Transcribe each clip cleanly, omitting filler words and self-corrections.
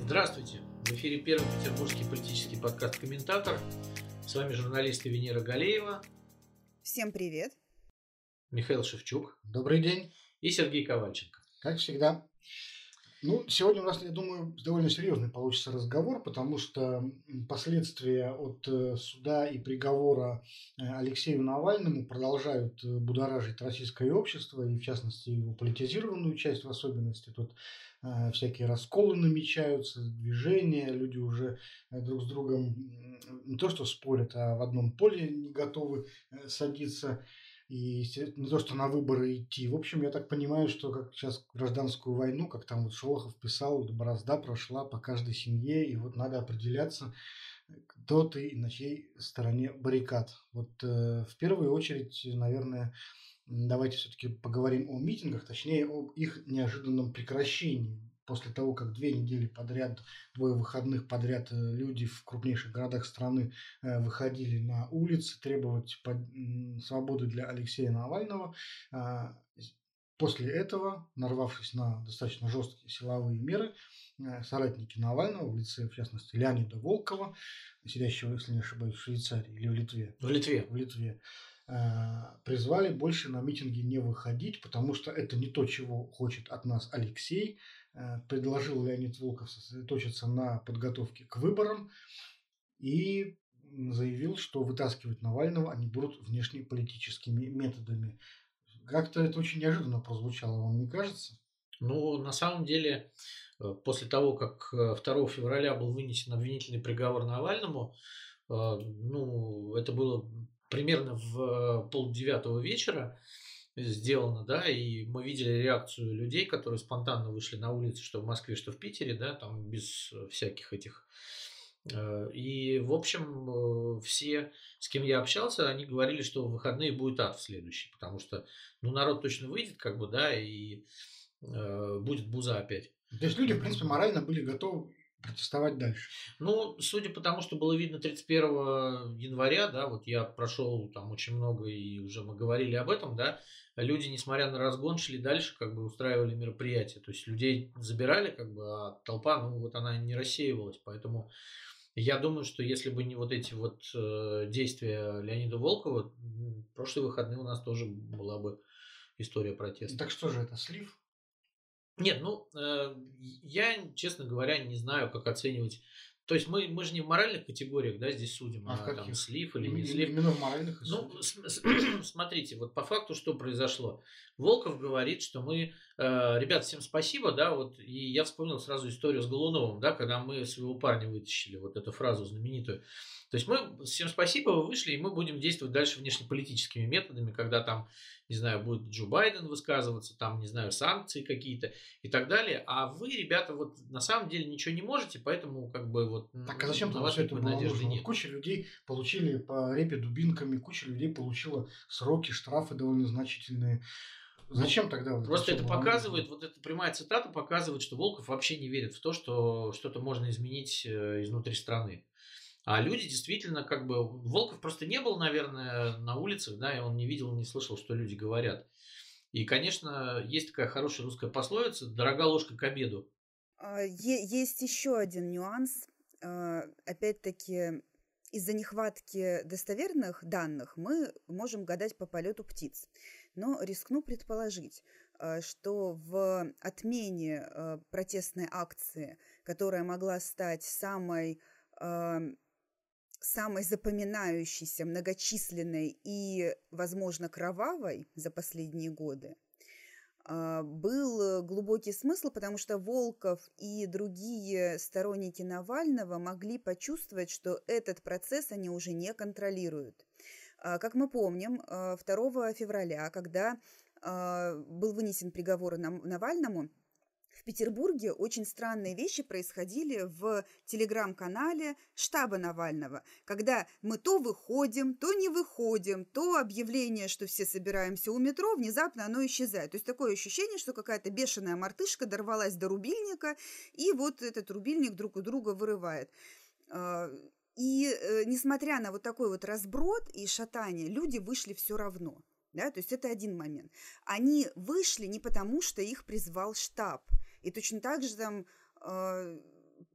Здравствуйте! В эфире первый петербургский политический подкаст «Комментатор». С вами журналисты Венера Галеева. Всем привет! Михаил Шевчук. Добрый день. И Сергей Ковальченко. Как всегда. Сегодня у нас, я думаю, довольно серьезный получится разговор, потому что последствия от суда и приговора Алексею Навальному продолжают будоражить российское общество, и в частности его политизированную часть в особенности. Тут всякие расколы намечаются, движения, люди уже друг с другом не то что спорят, а в одном поле не готовы садиться. И не то, что на выборы идти. В общем, я так понимаю, что как сейчас гражданскую войну, как там вот Шолохов писал, борозда прошла по каждой семье, и вот надо определяться, кто ты и на чьей стороне баррикад. В первую очередь, наверное, давайте все-таки поговорим о митингах, точнее, об их неожиданном прекращении. После того, как 2 недели подряд, 2 выходных подряд люди в крупнейших городах страны выходили на улицы требовать свободы для Алексея Навального. После этого, нарвавшись на достаточно жесткие силовые меры, соратники Навального, в лице, в частности, Леонида Волкова, сидящего, если не ошибаюсь, в Швейцарии или в Литве. В Литве. Призвали больше на митинги не выходить, потому что это не то, чего хочет от нас Алексей. Предложил Леонид Волков сосредоточиться на подготовке к выборам и заявил, что вытаскивать Навального они будут внешнеполитическими методами. Как-то это очень неожиданно прозвучало, вам не кажется? На самом деле, после того, как 2 февраля был вынесен обвинительный приговор Навальному, это было примерно в 8:30 вечера сделано, да, и мы видели реакцию людей, которые спонтанно вышли на улицы, что в Москве, что в Питере, да, там без всяких этих. И, в общем, все, с кем я общался, они говорили, что в выходные будет ад в следующий, потому что, народ точно выйдет, и будет буза опять. То есть люди, в принципе, морально были готовы протестовать дальше. Судя по тому, что было видно 31 января, да, я прошел там очень много, и уже мы говорили об этом, да, люди, несмотря на разгон, шли дальше, устраивали мероприятия, то есть людей забирали, а толпа, она не рассеивалась, поэтому я думаю, что если бы не эти действия Леонида Волкова, прошлые выходные у нас тоже была бы история протеста. Так что же это, слив? Нет, я, честно говоря, не знаю, как оценивать. То есть мы же не в моральных категориях, да, здесь судим, там слив или не слив. Именно в моральных. Смотрите, по факту что произошло. Волков говорит, что мы, ребят, всем спасибо, да, и я вспомнил сразу историю с Голуновым, да, когда мы своего парня вытащили, эту фразу знаменитую. То есть мы всем спасибо, вы вышли, и мы будем действовать дальше внешнеполитическими методами, когда там, не знаю, будет Джо Байден высказываться, там, не знаю, санкции какие-то и так далее. А вы, ребята, на самом деле ничего не можете, поэтому Так, а зачем на вас все это было надежды нужно? нет. Куча людей получили по репе дубинками, куча людей получила сроки, штрафы довольно значительные. Зачем тогда? Просто это показывает, эта прямая цитата показывает, что Волков вообще не верит в то, что что-то можно изменить изнутри страны. А люди действительно, Волков просто не был, наверное, на улицах, да, и он не видел, не слышал, что люди говорят. И, конечно, есть такая хорошая русская пословица «дорога ложка к обеду». Есть еще один нюанс. Опять-таки, из-за нехватки достоверных данных мы можем гадать по полету птиц. Но рискну предположить, что в отмене протестной акции, которая могла стать самой запоминающейся, многочисленной и, возможно, кровавой за последние годы, был глубокий смысл, потому что Волков и другие сторонники Навального могли почувствовать, что этот процесс они уже не контролируют. Как мы помним, 2 февраля, когда был вынесен приговор Навальному, в Петербурге очень странные вещи происходили в телеграм-канале штаба Навального, когда мы то выходим, то не выходим, то объявление, что все собираемся у метро, внезапно оно исчезает. То есть такое ощущение, что какая-то бешеная мартышка дорвалась до рубильника, и этот рубильник друг у друга вырывает. И несмотря на такой разброд и шатание, люди вышли все равно. Да, то есть это один момент. Они вышли не потому, что их призвал штаб. И точно так же там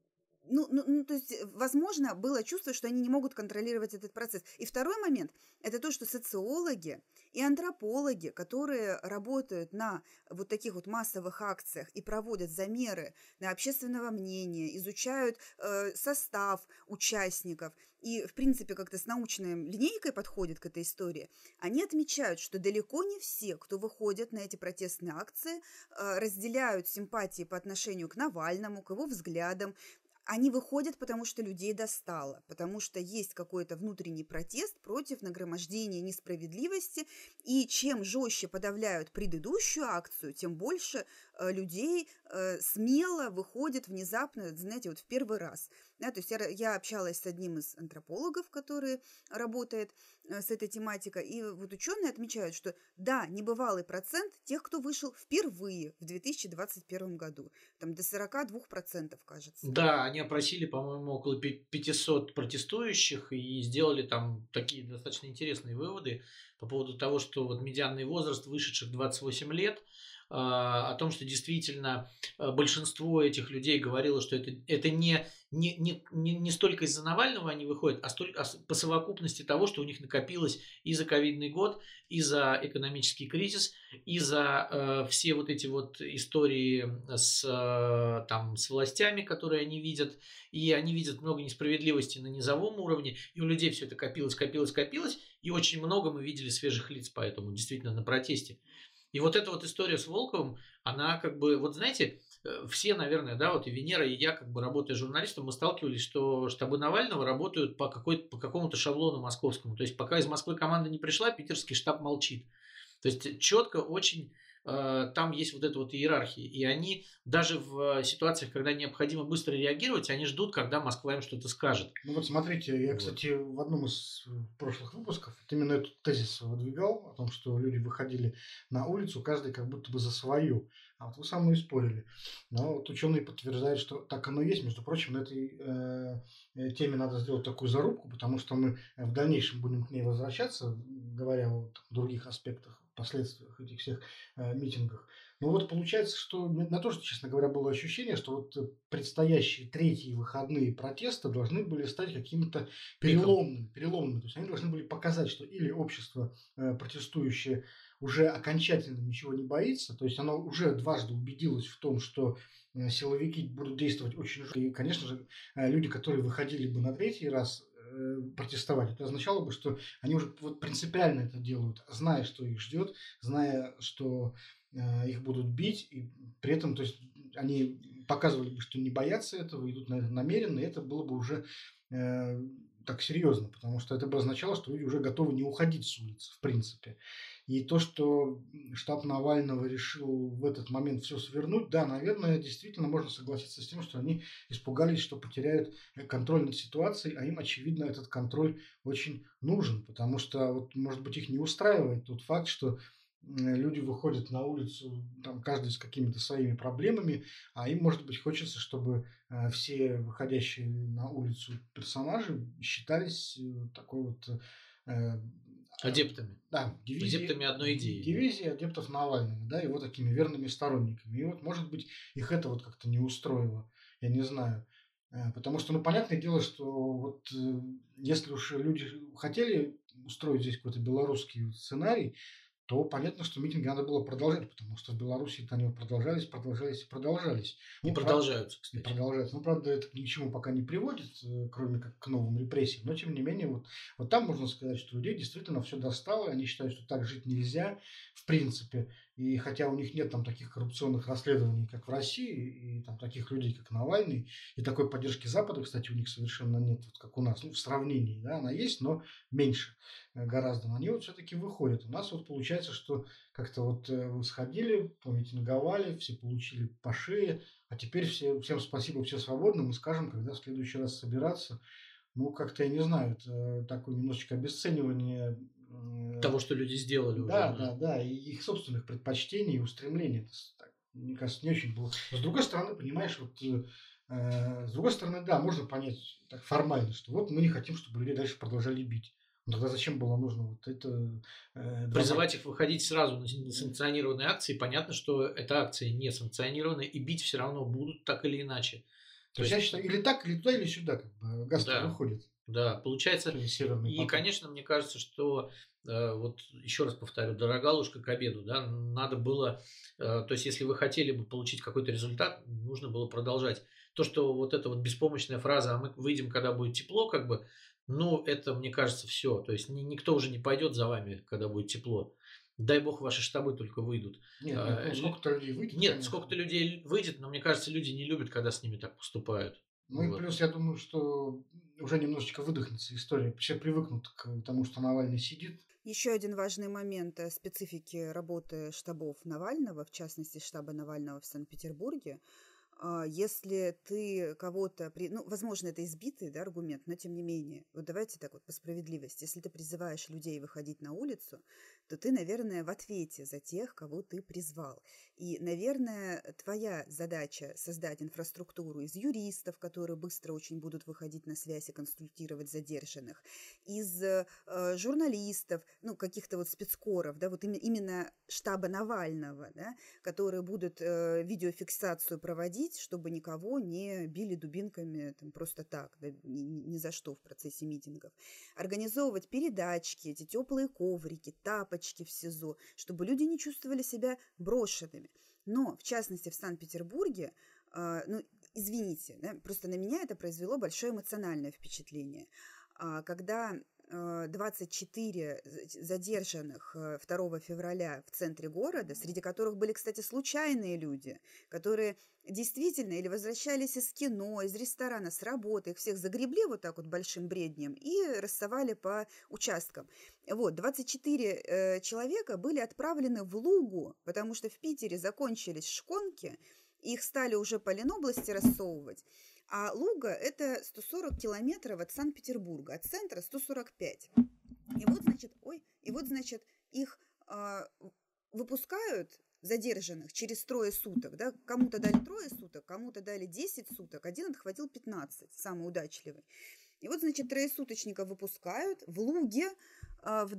То есть, возможно, было чувство, что они не могут контролировать этот процесс. И второй момент – это то, что социологи и антропологи, которые работают на вот таких вот массовых акциях и проводят замеры на общественного мнения, изучают состав участников и, в принципе, как-то с научной линейкой подходят к этой истории, они отмечают, что далеко не все, кто выходят на эти протестные акции, разделяют симпатии по отношению к Навальному, к его взглядам. Они выходят, потому что людей достало, потому что есть какой-то внутренний протест против нагромождения несправедливости, и чем жестче подавляют предыдущую акцию, тем больше людей смело выходит внезапно, знаете, вот в первый раз. Да, то есть я общалась с одним из антропологов, который работает с этой тематикой, и вот ученые отмечают, что да, небывалый процент тех, кто вышел впервые в 2021 году, там до 42%, кажется. Да, они опросили, по-моему, около 500 протестующих и сделали там такие достаточно интересные выводы по поводу того, что вот медианный возраст вышедших 28 лет, о том, что действительно большинство этих людей говорило, что это не столько из-за Навального они выходят, а по совокупности того, что у них накопилось и за ковидный год, и за экономический кризис, и за все вот эти вот истории с властями, которые они видят, и они видят много несправедливости на низовом уровне, и у людей все это копилось, и очень много мы видели свежих лиц поэтому, действительно, на протесте. И вот эта вот история с Волковым, она как бы, вот знаете, все, наверное, да, вот и Венера, и я, как бы работая журналистом, мы сталкивались, что штабы Навального работают по какому-то шаблону московскому. То есть пока из Москвы команда не пришла, питерский штаб молчит. То есть четко очень там есть вот эта вот иерархия. И они даже в ситуациях, когда необходимо быстро реагировать, они ждут, когда Москва им что-то скажет. Ну вот смотрите, я, кстати, в одном из прошлых выпусков именно этот тезис выдвигал, о том, что люди выходили на улицу, каждый как будто бы за свою. А вот вы со мной спорили. Но вот ученые подтверждают, что так оно и есть. Между прочим, на этой теме надо сделать такую зарубку, потому что мы в дальнейшем будем к ней возвращаться, говоря о других аспектах, последствиях этих всех митингах. Ну вот получается, что у меня тоже, честно говоря, было ощущение, что вот предстоящие третьи выходные протеста должны были стать какими-то переломными. То есть они должны были показать, что или общество протестующее уже окончательно ничего не боится, то есть оно уже дважды убедилось в том, что силовики будут действовать очень жестко. И, конечно же, люди, которые выходили бы на третий раз протестовать, это означало бы, что они уже вот принципиально это делают, зная, что их ждет, зная, что их будут бить, и при этом, то есть, они показывали бы, что не боятся этого, идут на это намеренно, и это было бы уже так серьезно, потому что это бы означало, что люди уже готовы не уходить с улицы, в принципе. И то, что штаб Навального решил в этот момент все свернуть, да, наверное, действительно можно согласиться с тем, что они испугались, что потеряют контроль над ситуацией, а им, очевидно, этот контроль очень нужен, потому что, вот, может быть, их не устраивает тот факт, что люди выходят на улицу, там, каждый с какими-то своими проблемами, а им, может быть, хочется, чтобы все выходящие на улицу персонажи считались такой вот адептами. Да, адептами одной идеи. Дивизии адептов Навального, да, его такими верными сторонниками. И вот, может быть, их это вот как-то не устроило, я не знаю. Потому что, ну, понятное дело, что вот если уж люди хотели устроить здесь какой-то белорусский сценарий, то понятно, что митинги надо было продолжать, потому что в Беларуси они продолжались. И продолжаются, кстати. Продолжаются. Ну, правда, это ни к чему пока не приводит, кроме как к новым репрессиям. Но, тем не менее, вот там можно сказать, что людей действительно все достало, они считают, что так жить нельзя, в принципе. И хотя у них нет там таких коррупционных расследований, как в России, и там таких людей, как Навальный, и такой поддержки Запада, кстати, у них совершенно нет, вот как у нас, ну, в сравнении, да, она есть, но меньше гораздо. Но они вот все-таки выходят. У нас вот получается, что как-то вот сходили, помитинговали, все получили по шее, а теперь всем спасибо, все свободны, мы скажем, когда в следующий раз собираться. Ну, как-то, я не знаю, это такое немножечко обесценивание того, что люди сделали уже. Да, и их собственных предпочтений и устремлений. Это, так, мне кажется, не очень было. Но с другой стороны, понимаешь, вот с другой стороны, да, можно понять так формально, что вот мы не хотим, чтобы людей дальше продолжали бить. Но тогда зачем было нужно вот это... Призывать их выходить сразу на санкционированные акции. Понятно, что эта акция не санкционированная, и бить все равно будут так или иначе. То есть я считаю, или так, или туда, или сюда, как бы газ Да, выходит да, получается. через Северный И, поток. конечно, мне кажется, что вот еще раз повторю, дорога ложка к обеду, да, надо было, то есть если вы хотели бы получить какой-то результат, нужно было продолжать. То, что вот эта вот беспомощная фраза, а мы выйдем, когда будет тепло, как бы, ну, это, мне кажется, все. То есть никто уже не пойдет за вами, когда будет тепло. Дай бог, ваши штабы только выйдут. Нет, ну сколько-то людей выйдет, Нет, конечно. сколько-то людей выйдет, но мне кажется, люди не любят, когда с ними так поступают. Ну и Вот. плюс я думаю, что уже немножечко выдохнется история. Все привыкнут к тому, что Навальный сидит. Еще один важный момент специфики работы штабов Навального, в частности штаба Навального в Санкт-Петербурге. Если ты кого-то... Ну, возможно, это избитый, да, аргумент, но тем не менее. Вот давайте так вот по справедливости. Если ты призываешь людей выходить на улицу, то ты, наверное, в ответе за тех, кого ты призвал. И, наверное, твоя задача создать инфраструктуру из юристов, которые быстро очень будут выходить на связь и консультировать задержанных, из журналистов, ну, каких-то вот спецкоров, да, вот именно штаба Навального, да, которые будут видеофиксацию проводить, чтобы никого не били дубинками там, просто так, да, ни за что в процессе митингов. Организовывать передачки, эти теплые коврики, тапочки в СИЗО, чтобы люди не чувствовали себя брошенными. Но, в частности, в Санкт-Петербурге, ну, извините, да, просто на меня это произвело большое эмоциональное впечатление. Когда 24 задержанных 2 февраля в центре города, среди которых были, кстати, случайные люди, которые действительно или возвращались из кино, из ресторана, с работы, их всех загребли вот так вот большим бреднем и рассовали по участкам. Вот, 24 человека были отправлены в Лугу, потому что в Питере закончились шконки, их стали уже по Ленобласти рассовывать. А Луга – это 140 километров от Санкт-Петербурга, от центра 145. И вот, значит, их выпускают, задержанных, через 3 суток. Да? Кому-то дали 3 суток, кому-то дали 10 суток, один отхватил 15, самый удачливый. И вот, значит, 3-суточника выпускают в Луге в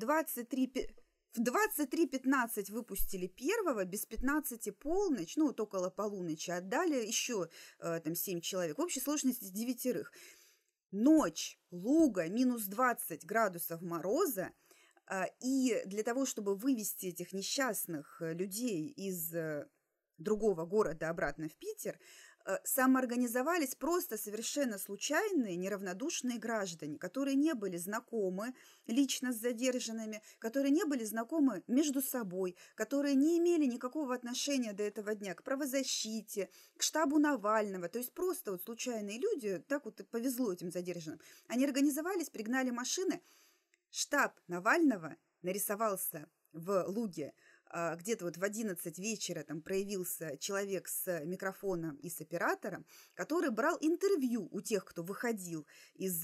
23:15 выпустили первого, без 15 полночь, ну вот около полуночи, отдали еще там 7 человек. В общей сложности 9. Ночь, Луга, минус 20 градусов мороза. И для того, чтобы вывести этих несчастных людей из другого города обратно в Питер, самоорганизовались просто совершенно случайные, неравнодушные граждане, которые не были знакомы лично с задержанными, которые не были знакомы между собой, которые не имели никакого отношения до этого дня к правозащите, к штабу Навального. То есть просто вот случайные люди, так вот и повезло этим задержанным. Они организовались, пригнали машины. Штаб Навального нарисовался в Луге. Где-то вот в 11 вечера там проявился человек с микрофоном и с оператором, который брал интервью у тех, кто выходил из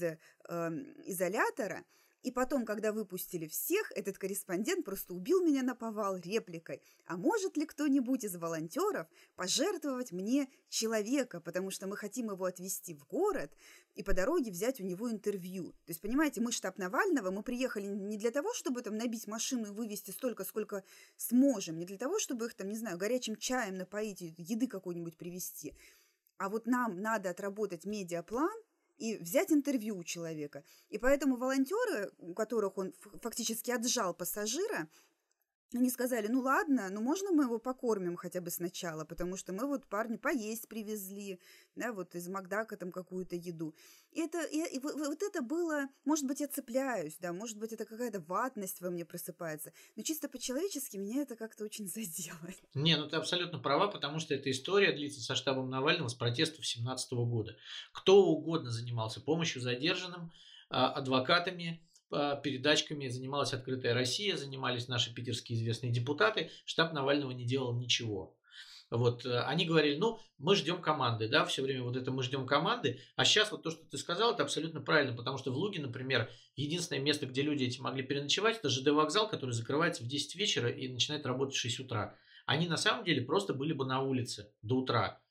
изолятора. И потом, когда выпустили всех, этот корреспондент просто убил меня наповал репликой: «А может ли кто-нибудь из волонтеров пожертвовать мне человека, потому что мы хотим его отвезти в город и по дороге взять у него интервью». То есть, понимаете, мы штаб Навального, мы приехали не для того, чтобы там набить машину и вывезти столько, сколько сможем, не для того, чтобы их там, не знаю, горячим чаем напоить, еды какой-нибудь привезти. А вот нам надо отработать медиаплан и взять интервью у человека. И поэтому волонтеры, у которых он фактически отжал пассажира, они сказали: ну ладно, ну можно мы его покормим хотя бы сначала, потому что мы вот парню поесть привезли, да, вот из Макдака там какую-то еду. И вот это было, может быть, я цепляюсь, да, может быть, это какая-то ватность во мне просыпается, но чисто по-человечески меня это как-то очень задело. Не, ну ты абсолютно права, потому что эта история длится со штабом Навального с протестов 2017 года. Кто угодно занимался помощью задержанным, адвокатами, передачками, занималась «Открытая Россия», занимались наши питерские известные депутаты. Штаб Навального не делал ничего. Вот, они говорили: ну, мы ждем команды, да, все время вот это мы ждем команды. А сейчас вот то, что ты сказал, это абсолютно правильно, потому что в Луге, например, единственное место, где люди эти могли переночевать, это ЖД вокзал, который закрывается в 10 вечера и начинает работать в 6 утра. Они на самом деле просто были бы на улице до утра.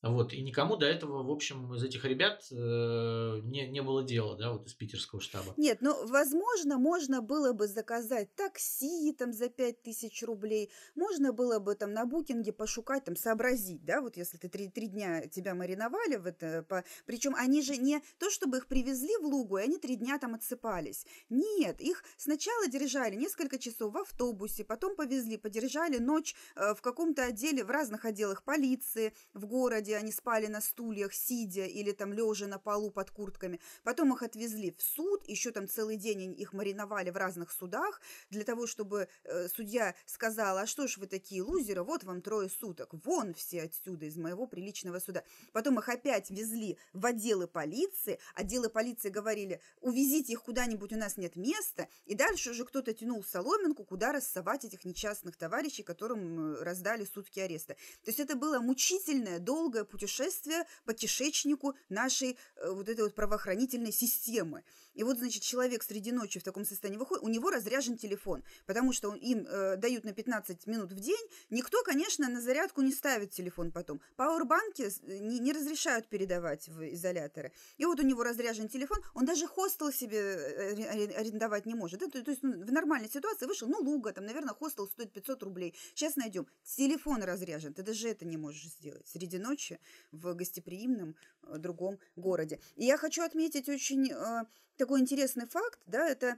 Вот, и никому до этого, в общем, из этих ребят не было дела, да, вот из питерского штаба. Нет, ну, возможно, можно было бы заказать такси там за 5000 рублей, можно было бы там на букинге пошукать, там, сообразить, да, вот если ты три дня тебя мариновали в это, причем они же не то, чтобы их привезли в Лугу, и они 3 дня там отсыпались. Нет, их сначала держали несколько часов в автобусе, потом повезли, подержали ночь в каком-то отделе, в разных отделах полиции в городе, они спали на стульях, сидя или там лежа на полу под куртками. Потом их отвезли в суд, еще там целый день их мариновали в разных судах, для того, чтобы судья сказала: а что ж вы такие лузеры, вот вам 3 суток, вон все отсюда, из моего приличного суда. Потом их опять везли в отделы полиции говорили: увезите их куда-нибудь, у нас нет места, и дальше уже кто-то тянул соломинку, куда рассовать этих несчастных товарищей, которым раздали сутки ареста. То есть это было мучительное, долгое путешествие по кишечнику нашей вот этой вот правоохранительной системы. И вот, значит, человек среди ночи в таком состоянии выходит, у него разряжен телефон, потому что им дают на 15 минут в день. Никто, конечно, на зарядку не ставит телефон потом. Пауэрбанки не разрешают передавать в изоляторы. И вот у него разряжен телефон, он даже хостел себе арендовать не может. То есть в нормальной ситуации вышел, Луга, там, наверное, хостел стоит 500 рублей. Сейчас найдем. Телефон разряжен, ты даже это не можешь сделать среди ночи в гостеприимном другом городе. И я хочу отметить очень такой интересный факт, да, это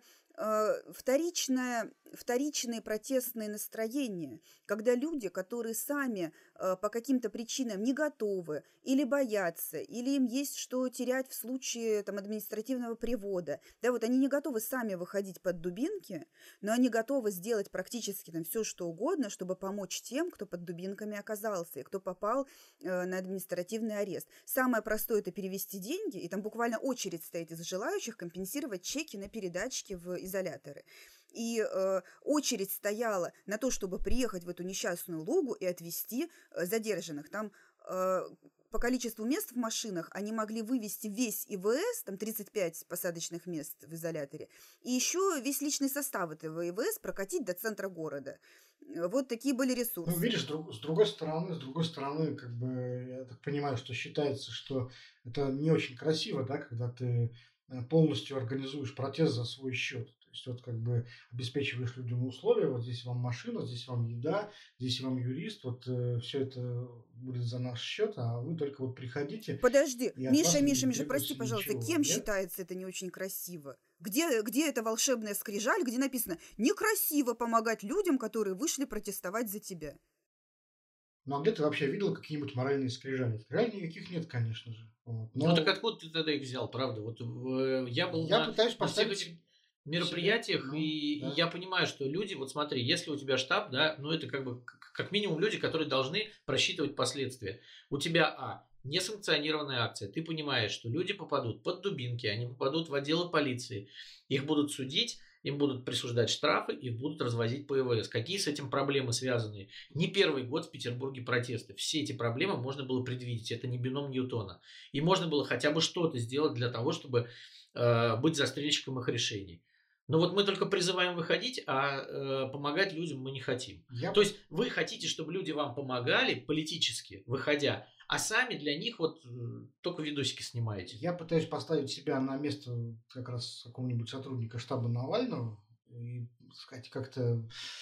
вторичные протестные настроения, когда люди, которые сами по каким-то причинам не готовы или боятся, или им есть что терять в случае там, административного привода, да, вот они не готовы сами выходить под дубинки, но они готовы сделать практически там все, что угодно, чтобы помочь тем, кто под дубинками оказался и кто попал на административный арест. Самое простое – это перевести деньги, и там буквально очередь стоит из желающих компенсировать чеки на передатчики в изоляторы. И очередь стояла на то, чтобы приехать в эту несчастную Лугу и отвезти задержанных. Там по количеству мест в машинах они могли вывести весь ИВС, там 35 посадочных мест в изоляторе, и еще весь личный состав этого ИВС прокатить до центра города. Вот такие были ресурсы. Ну, видишь, с другой стороны, как бы, я так понимаю, что считается, что это не очень красиво, да, когда ты полностью организуешь протест за свой счет. То есть вот как бы обеспечиваешь людям условия, вот здесь вам машина, здесь вам еда, здесь вам юрист, вот все это будет за наш счет, а вы только вот приходите. Подожди, и от вас не Миша, прости, требуется пожалуйста, ничего, кем нет? считается это не очень красиво? Где эта волшебная скрижаль, где написано «некрасиво помогать людям, которые вышли протестовать за тебя»? Ну, а где ты вообще видел какие-нибудь моральные скрижали? Скрижалей никаких нет, конечно же. Вот. Ну так откуда ты тогда их взял, правда? Вот я был Я пытаюсь на всех поставить этих мероприятиях, себя, и да. я понимаю, что люди, вот смотри, если у тебя штаб, да, это как бы как минимум люди, которые должны просчитывать последствия. У тебя несанкционированная акция, ты понимаешь, что люди попадут под дубинки, они попадут в отделы полиции, их будут судить, им будут присуждать штрафы, их будут развозить по ИВС. Какие с этим проблемы связаны? Не первый год в Петербурге протесты. Все эти проблемы можно было предвидеть. Это не бином Ньютона. И можно было хотя бы что-то сделать для того, чтобы быть застрельщиком их решений. Но вот мы только призываем выходить, а помогать людям мы не хотим. То есть вы хотите, чтобы люди вам помогали политически, выходя, а сами для них вот только видосики снимаете. Я пытаюсь поставить себя на место как раз какого-нибудь сотрудника штаба Навального и, сказать, как-то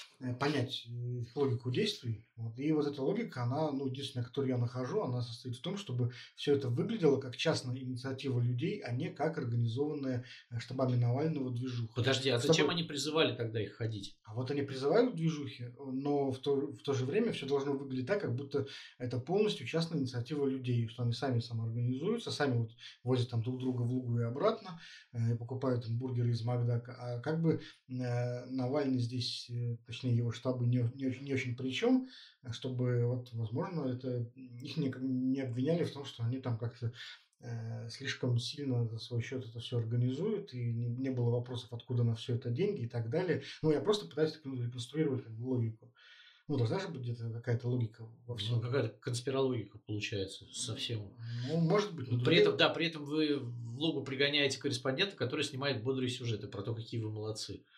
понять их логику действий. Вот. И вот эта логика, она, единственная, которую я нахожу, она состоит в том, чтобы все это выглядело как частная инициатива людей, а не как организованная штабами Навального движуха. Подожди, а зачем они призывали тогда их ходить? А вот они призывают движухи, но в то же время все должно выглядеть так, как будто это полностью частная инициатива людей, что они сами самоорганизуются, сами вот возят там друг друга в Лугу и обратно, и покупают там бургеры из Макдака, а как бы Навальный здесь, точнее его штабы не очень при чем, чтобы вот, возможно, это их не обвиняли в том, что они там как-то слишком сильно за свой счет это все организуют, и не было вопросов, откуда на все это деньги и так далее. Я просто пытаюсь реконструировать как бы логику. Должна же быть где-то какая-то логика во всем. Какая-то конспирологика получается совсем. Может быть. При этом вы в Лугу пригоняете корреспондента, который снимает бодрые сюжеты про то, какие вы молодцы.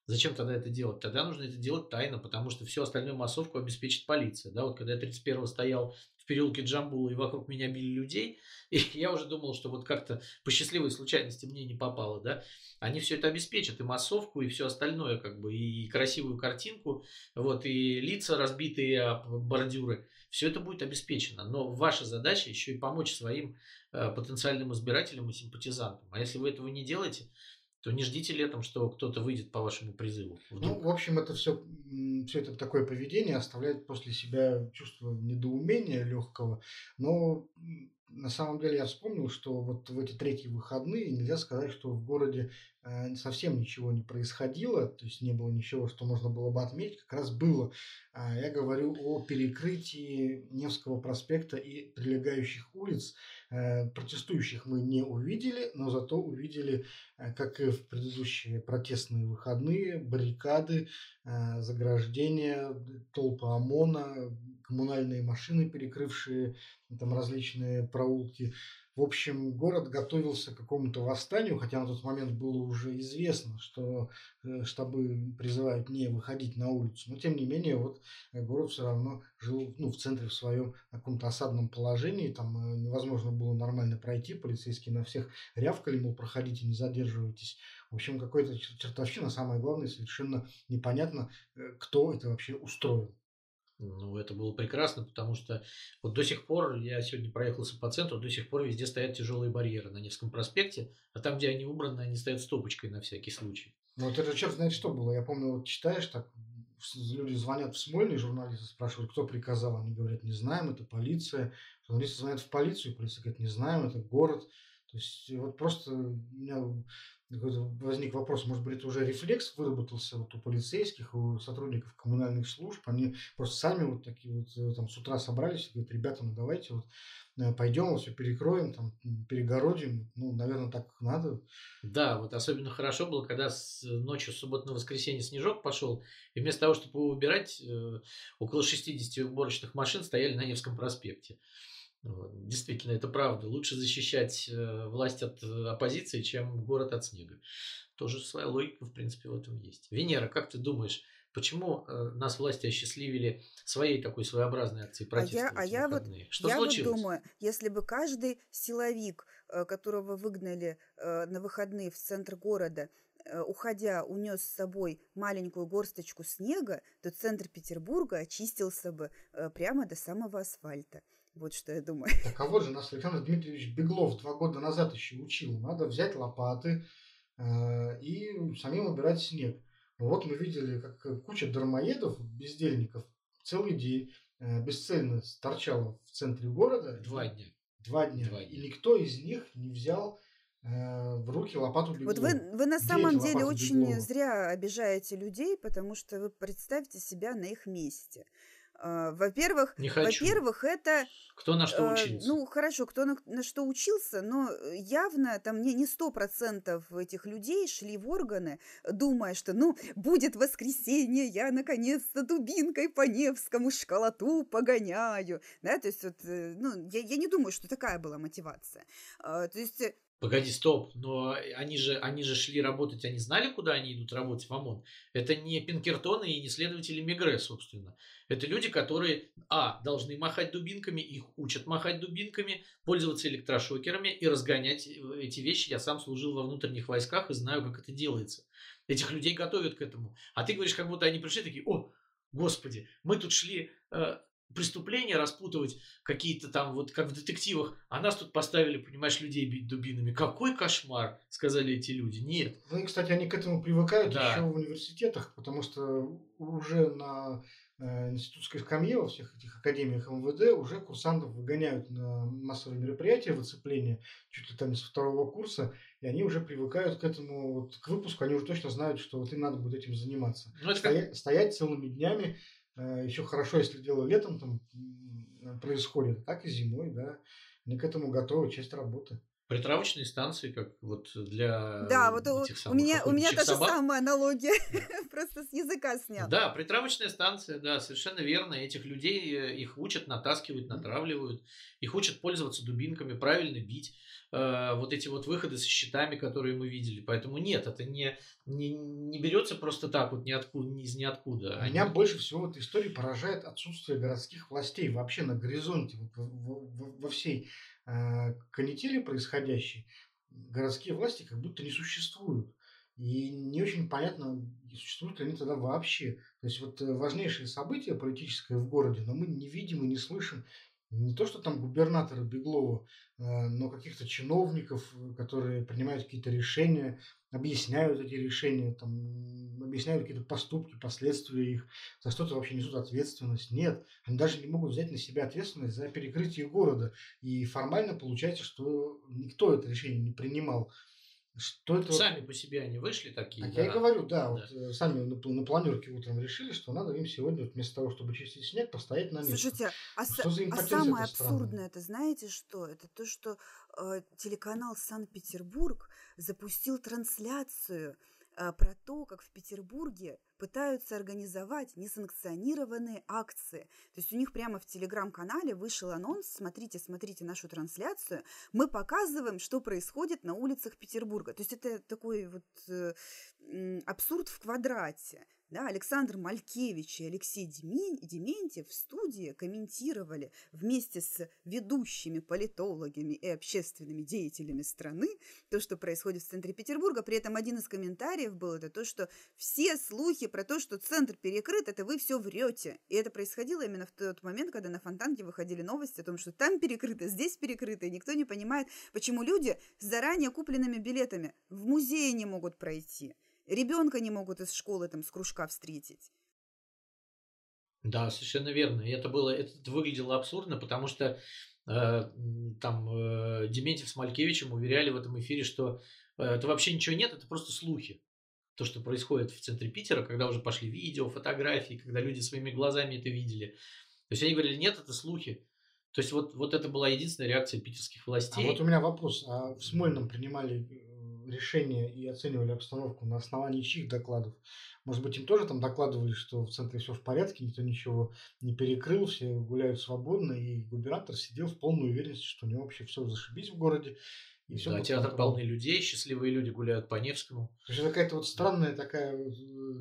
Зачем тогда это делать? Тогда нужно это делать тайно, потому что всю остальную массовку обеспечит полиция. Да, вот когда я 31-го стоял в переулке Джамбула и вокруг меня били людей, и я уже думал, что вот как-то по счастливой случайности мне не попало, да, они все это обеспечат, и массовку, и все остальное, как бы, и красивую картинку, вот, и лица разбитые об бордюры, все это будет обеспечено. Но ваша задача еще и помочь своим потенциальным избирателям и симпатизантам. А если вы этого не делаете, то не ждите летом, что кто-то выйдет по вашему призыву. Ну, Вдруг. в общем, это все это такое поведение оставляет после себя чувство недоумения легкого. Но на самом деле я вспомнил, что вот в эти третьи выходные нельзя сказать, что в городе совсем ничего не происходило, то есть не было ничего, что можно было бы отметить, как раз было. Я говорю о перекрытии Невского проспекта и прилегающих улиц. Протестующих мы не увидели, но зато увидели, как и в предыдущие протестные выходные, баррикады, заграждения, толпы ОМОНа, коммунальные машины, перекрывшие там различные проулки. В общем, город готовился к какому-то восстанию, хотя на тот момент было уже известно, что штабы призывают не выходить на улицу. Но, тем не менее, вот город все равно жил в центре в своем каком-то осадном положении. Там невозможно было нормально пройти. Полицейские на всех рявкали, мол, проходите, не задерживайтесь. В общем, какой-то чертовщина. Самое главное, совершенно непонятно, кто это вообще устроил. Ну, это было прекрасно, потому что вот до сих пор, я сегодня проехался по центру, до сих пор везде стоят тяжелые барьеры на Невском проспекте, а там, где они убраны, они стоят стопочкой на всякий случай. Ну, вот это черт знает что было. Я помню, вот читаешь, так люди звонят в Смольный, журналисты спрашивают, кто приказал. Они говорят, не знаем, это полиция. Журналисты звонят в полицию, полиция говорит, не знаем, это город. То есть вот просто у меня возник вопрос, может быть, это уже рефлекс выработался вот у полицейских, у сотрудников коммунальных служб. Они просто сами вот такие вот там с утра собрались и говорят, ребята, ну давайте вот пойдем, вот все перекроем, там перегородим. Ну, наверное, так надо. Да, вот особенно хорошо было, когда ночью с субботы на воскресенье снежок пошел, и вместо того, чтобы его убирать, около 60 уборочных машин стояли на Невском проспекте. Вот. Действительно, это правда. Лучше защищать власть от оппозиции, чем город от снега. Тоже своя логика, в принципе, в этом есть. Венера, как ты думаешь, почему нас власти осчастливили своей такой своеобразной акцией А я, протеста в а эти я вот, выходные? Что я вот случилось? думаю, если бы каждый силовик, которого выгнали на выходные в центр города, уходя, унес с собой маленькую горсточку снега, то центр Петербурга очистился бы прямо до самого асфальта. Вот что я думаю. Так а вот же нас Александр Дмитриевич Беглов 2 года назад еще учил. Надо взять лопаты и самим убирать снег. Вот мы видели, как куча дармоедов, бездельников, целый день бесцельно торчала в центре города. 2 дня. 2 дня. 2 И дня. никто из них не взял в руки лопату Вот Беглова. вы на Где самом эти деле лопаты очень Беглова? зря обижаете людей, потому что вы представьте себя на их месте. Во-первых, Не хочу. это, Кто на что учился? ну, хорошо, кто на что учился, но явно там не 100% этих людей шли в органы, думая, что, ну, будет воскресенье, я наконец-то дубинкой по Невскому школоту погоняю. Да, то есть, вот, ну, я не думаю, что такая была мотивация. То есть, Погоди, стоп, но они же шли работать, они знали, куда они идут работать в ОМОН? Это не Пинкертоны и не следователи Мегре, собственно. Это люди, которые, должны махать дубинками, их учат махать дубинками, пользоваться электрошокерами и разгонять эти вещи. Я сам служил во внутренних войсках и знаю, как это делается. Этих людей готовят к этому. А ты говоришь, как будто они пришли такие, о, господи, мы тут шли преступления распутывать какие-то там, вот как в детективах, а нас тут поставили, понимаешь, людей бить дубинами. Какой кошмар, сказали эти люди. Нет. Ну и, кстати, они к этому привыкают Да. еще в университетах, потому что уже на институтской скамье во всех этих академиях МВД уже курсантов выгоняют на массовые мероприятия, выцепления, чуть ли там не со 2-го курса, и они уже привыкают к этому, вот, к выпуску, они уже точно знают, что вот им надо будет этим заниматься. Ну, это как... Стоять целыми днями, еще хорошо, если дело летом там происходит, так и зимой, да, они к этому готовы, часть работы. Притравочные станции, как вот для да, вот этих у самых меня та охотничьих же собак. самая аналогия, просто с языка снял. Да, притравочная станция, да, совершенно верно. Этих людей, их учат, натаскивают, натравливают, их учат пользоваться дубинками, правильно бить. Вот эти вот выходы со щитами, которые мы видели. Поэтому нет, это не не берется просто так вот из ниоткуда. Меня больше всего в этой истории поражает отсутствие городских властей вообще на горизонте, вот во всей канители происходящей. Городские власти как будто не существуют. И не очень понятно, существуют ли они тогда вообще. То есть вот важнейшие события политическое в городе, но мы не видим и не слышим не то, что там губернатора Беглова, но каких-то чиновников, которые принимают какие-то решения, объясняют эти решения, там, объясняют какие-то поступки, последствия их, за что-то вообще несут ответственность. Нет, они даже не могут взять на себя ответственность за перекрытие города. И формально получается, что никто это решение не принимал. Что это вот... Сами по себе они вышли такие, Так я и говорю, да, да. вот сами на планерке утром решили, что надо им сегодня вот вместо того, чтобы чистить снег, постоять на месте. Слушайте, Что за импотенция самое это странная? абсурдное, это знаете что? Это то, что телеканал Санкт-Петербург запустил трансляцию про то, как в Петербурге пытаются организовать несанкционированные акции. То есть у них прямо в телеграм-канале вышел анонс: смотрите, смотрите нашу трансляцию, мы показываем, что происходит на улицах Петербурга. То есть это такой вот абсурд в квадрате. Да, Александр Малькевич и Алексей Дементьев в студии комментировали вместе с ведущими политологами и общественными деятелями страны то, что происходит в центре Петербурга. При этом один из комментариев был это то, что все слухи про то, что центр перекрыт, это вы все врете. И это происходило именно в тот момент, когда на Фонтанке выходили новости о том, что там перекрыто, здесь перекрыто, и никто не понимает, почему люди с заранее купленными билетами в музей не могут пройти. Ребенка не могут из школы, там, с кружка встретить. Да, совершенно верно. И это выглядело абсурдно, потому что Дементьев с Малькевичем уверяли в этом эфире, что это вообще ничего нет, это просто слухи. То, что происходит в центре Питера, когда уже пошли видео, фотографии, когда люди своими глазами это видели. То есть они говорили, нет, это слухи. То есть вот это была единственная реакция питерских властей. А вот у меня вопрос. А в Смольном принимали решения и оценивали обстановку на основании чьих докладов? Может быть, им тоже там докладывали, что в центре все в порядке, никто ничего не перекрыл, все гуляют свободно, и губернатор сидел в полной уверенности, что у него вообще все зашибись в городе. И все Да, театр полный людей, счастливые люди гуляют по Невскому. То есть какая-то вот странная такая вот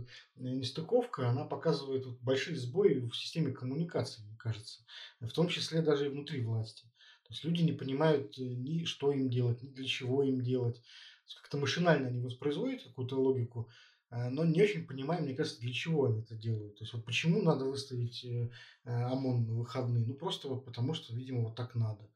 нестыковка, она показывает вот большие сбои в системе коммуникации, мне кажется. В том числе даже и внутри власти. То есть люди не понимают ни что им делать, ни для чего им делать. Как-то машинально они воспроизводят какую-то логику, но не очень понимаем, мне кажется, для чего они это делают. То есть вот почему надо выставить ОМОН на выходные? Ну просто вот потому, что, видимо, вот так надо.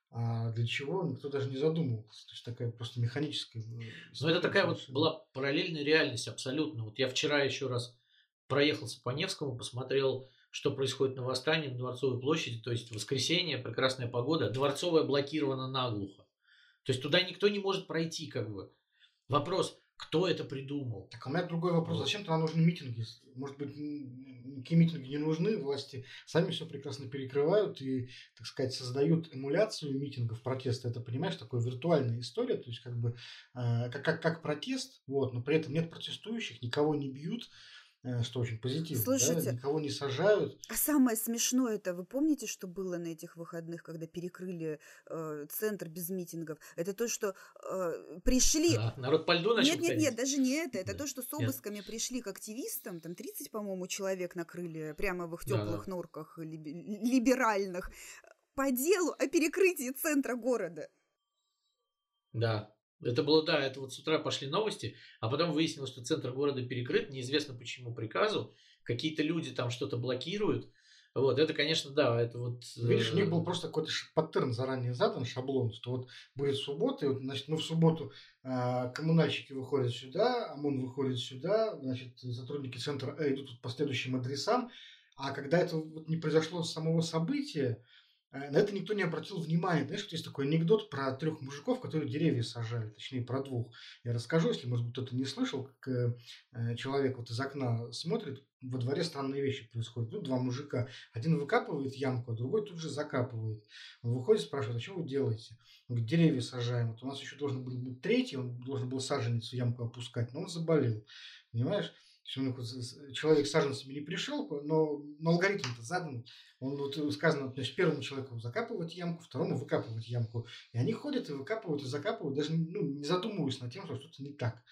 А для чего, никто даже не задумывался. То есть такая просто механическая... Но это такая вот была параллельная реальность абсолютно. Вот я вчера еще раз проехался по Невскому, посмотрел, что происходит на Восстании, на Дворцовой площади. То есть воскресенье, прекрасная погода, Дворцовая блокирована наглухо. То есть туда никто не может пройти, как бы. Вопрос, кто это придумал? Так, у меня другой вопрос. Зачем тогда нужны митинги? Может быть, никакие митинги не нужны, власти сами все прекрасно перекрывают и, так сказать, создают эмуляцию митингов, протеста. Это, понимаешь, такая виртуальная история, то есть как бы как протест, вот, но при этом нет протестующих, никого не бьют, что очень позитивно, Слушайте, да? Никого не сажают. А самое смешное это, вы помните, что было на этих выходных, когда перекрыли центр без митингов? Это то, что пришли... Да, народ по льду начал Нет, ходить. даже не это. Это Да. то, что с Нет. обысками пришли к активистам, там 30, по-моему, человек накрыли прямо в их теплых норках либеральных по делу о перекрытии центра города. Да. Это было, да, это вот с утра пошли новости, а потом выяснилось, что центр города перекрыт, неизвестно почему приказу, какие-то люди там что-то блокируют. Вот, это, конечно, да, это вот... Видишь, у них был просто какой-то паттерн заранее задан, шаблон, что вот будет суббота, и вот, значит, в субботу коммунальщики выходят сюда, ОМОН выходит сюда, значит, сотрудники центра идут вот по следующим адресам, а когда это вот не произошло с самого события, на это никто не обратил внимания. Знаешь, вот есть такой анекдот про 3 мужиков, которые деревья сажали, точнее, про 2. Я расскажу, если, может быть, кто-то не слышал, как человек вот из окна смотрит, во дворе странные вещи происходят. Ну, 2 мужика. Один выкапывает ямку, а другой тут же закапывает. Он выходит, спрашивает, а что вы делаете? Он говорит, деревья сажаем. Вот у нас еще должен был быть 3, он должен был саженец в ямку опускать, но он заболел. Понимаешь? Человек с саженцами не пришел, но алгоритм-то задан. Он вот сказано, значит, первому человеку закапывать ямку, второму выкапывать ямку. И они ходят и выкапывают, и закапывают, даже не задумываясь над тем, что что-то не так.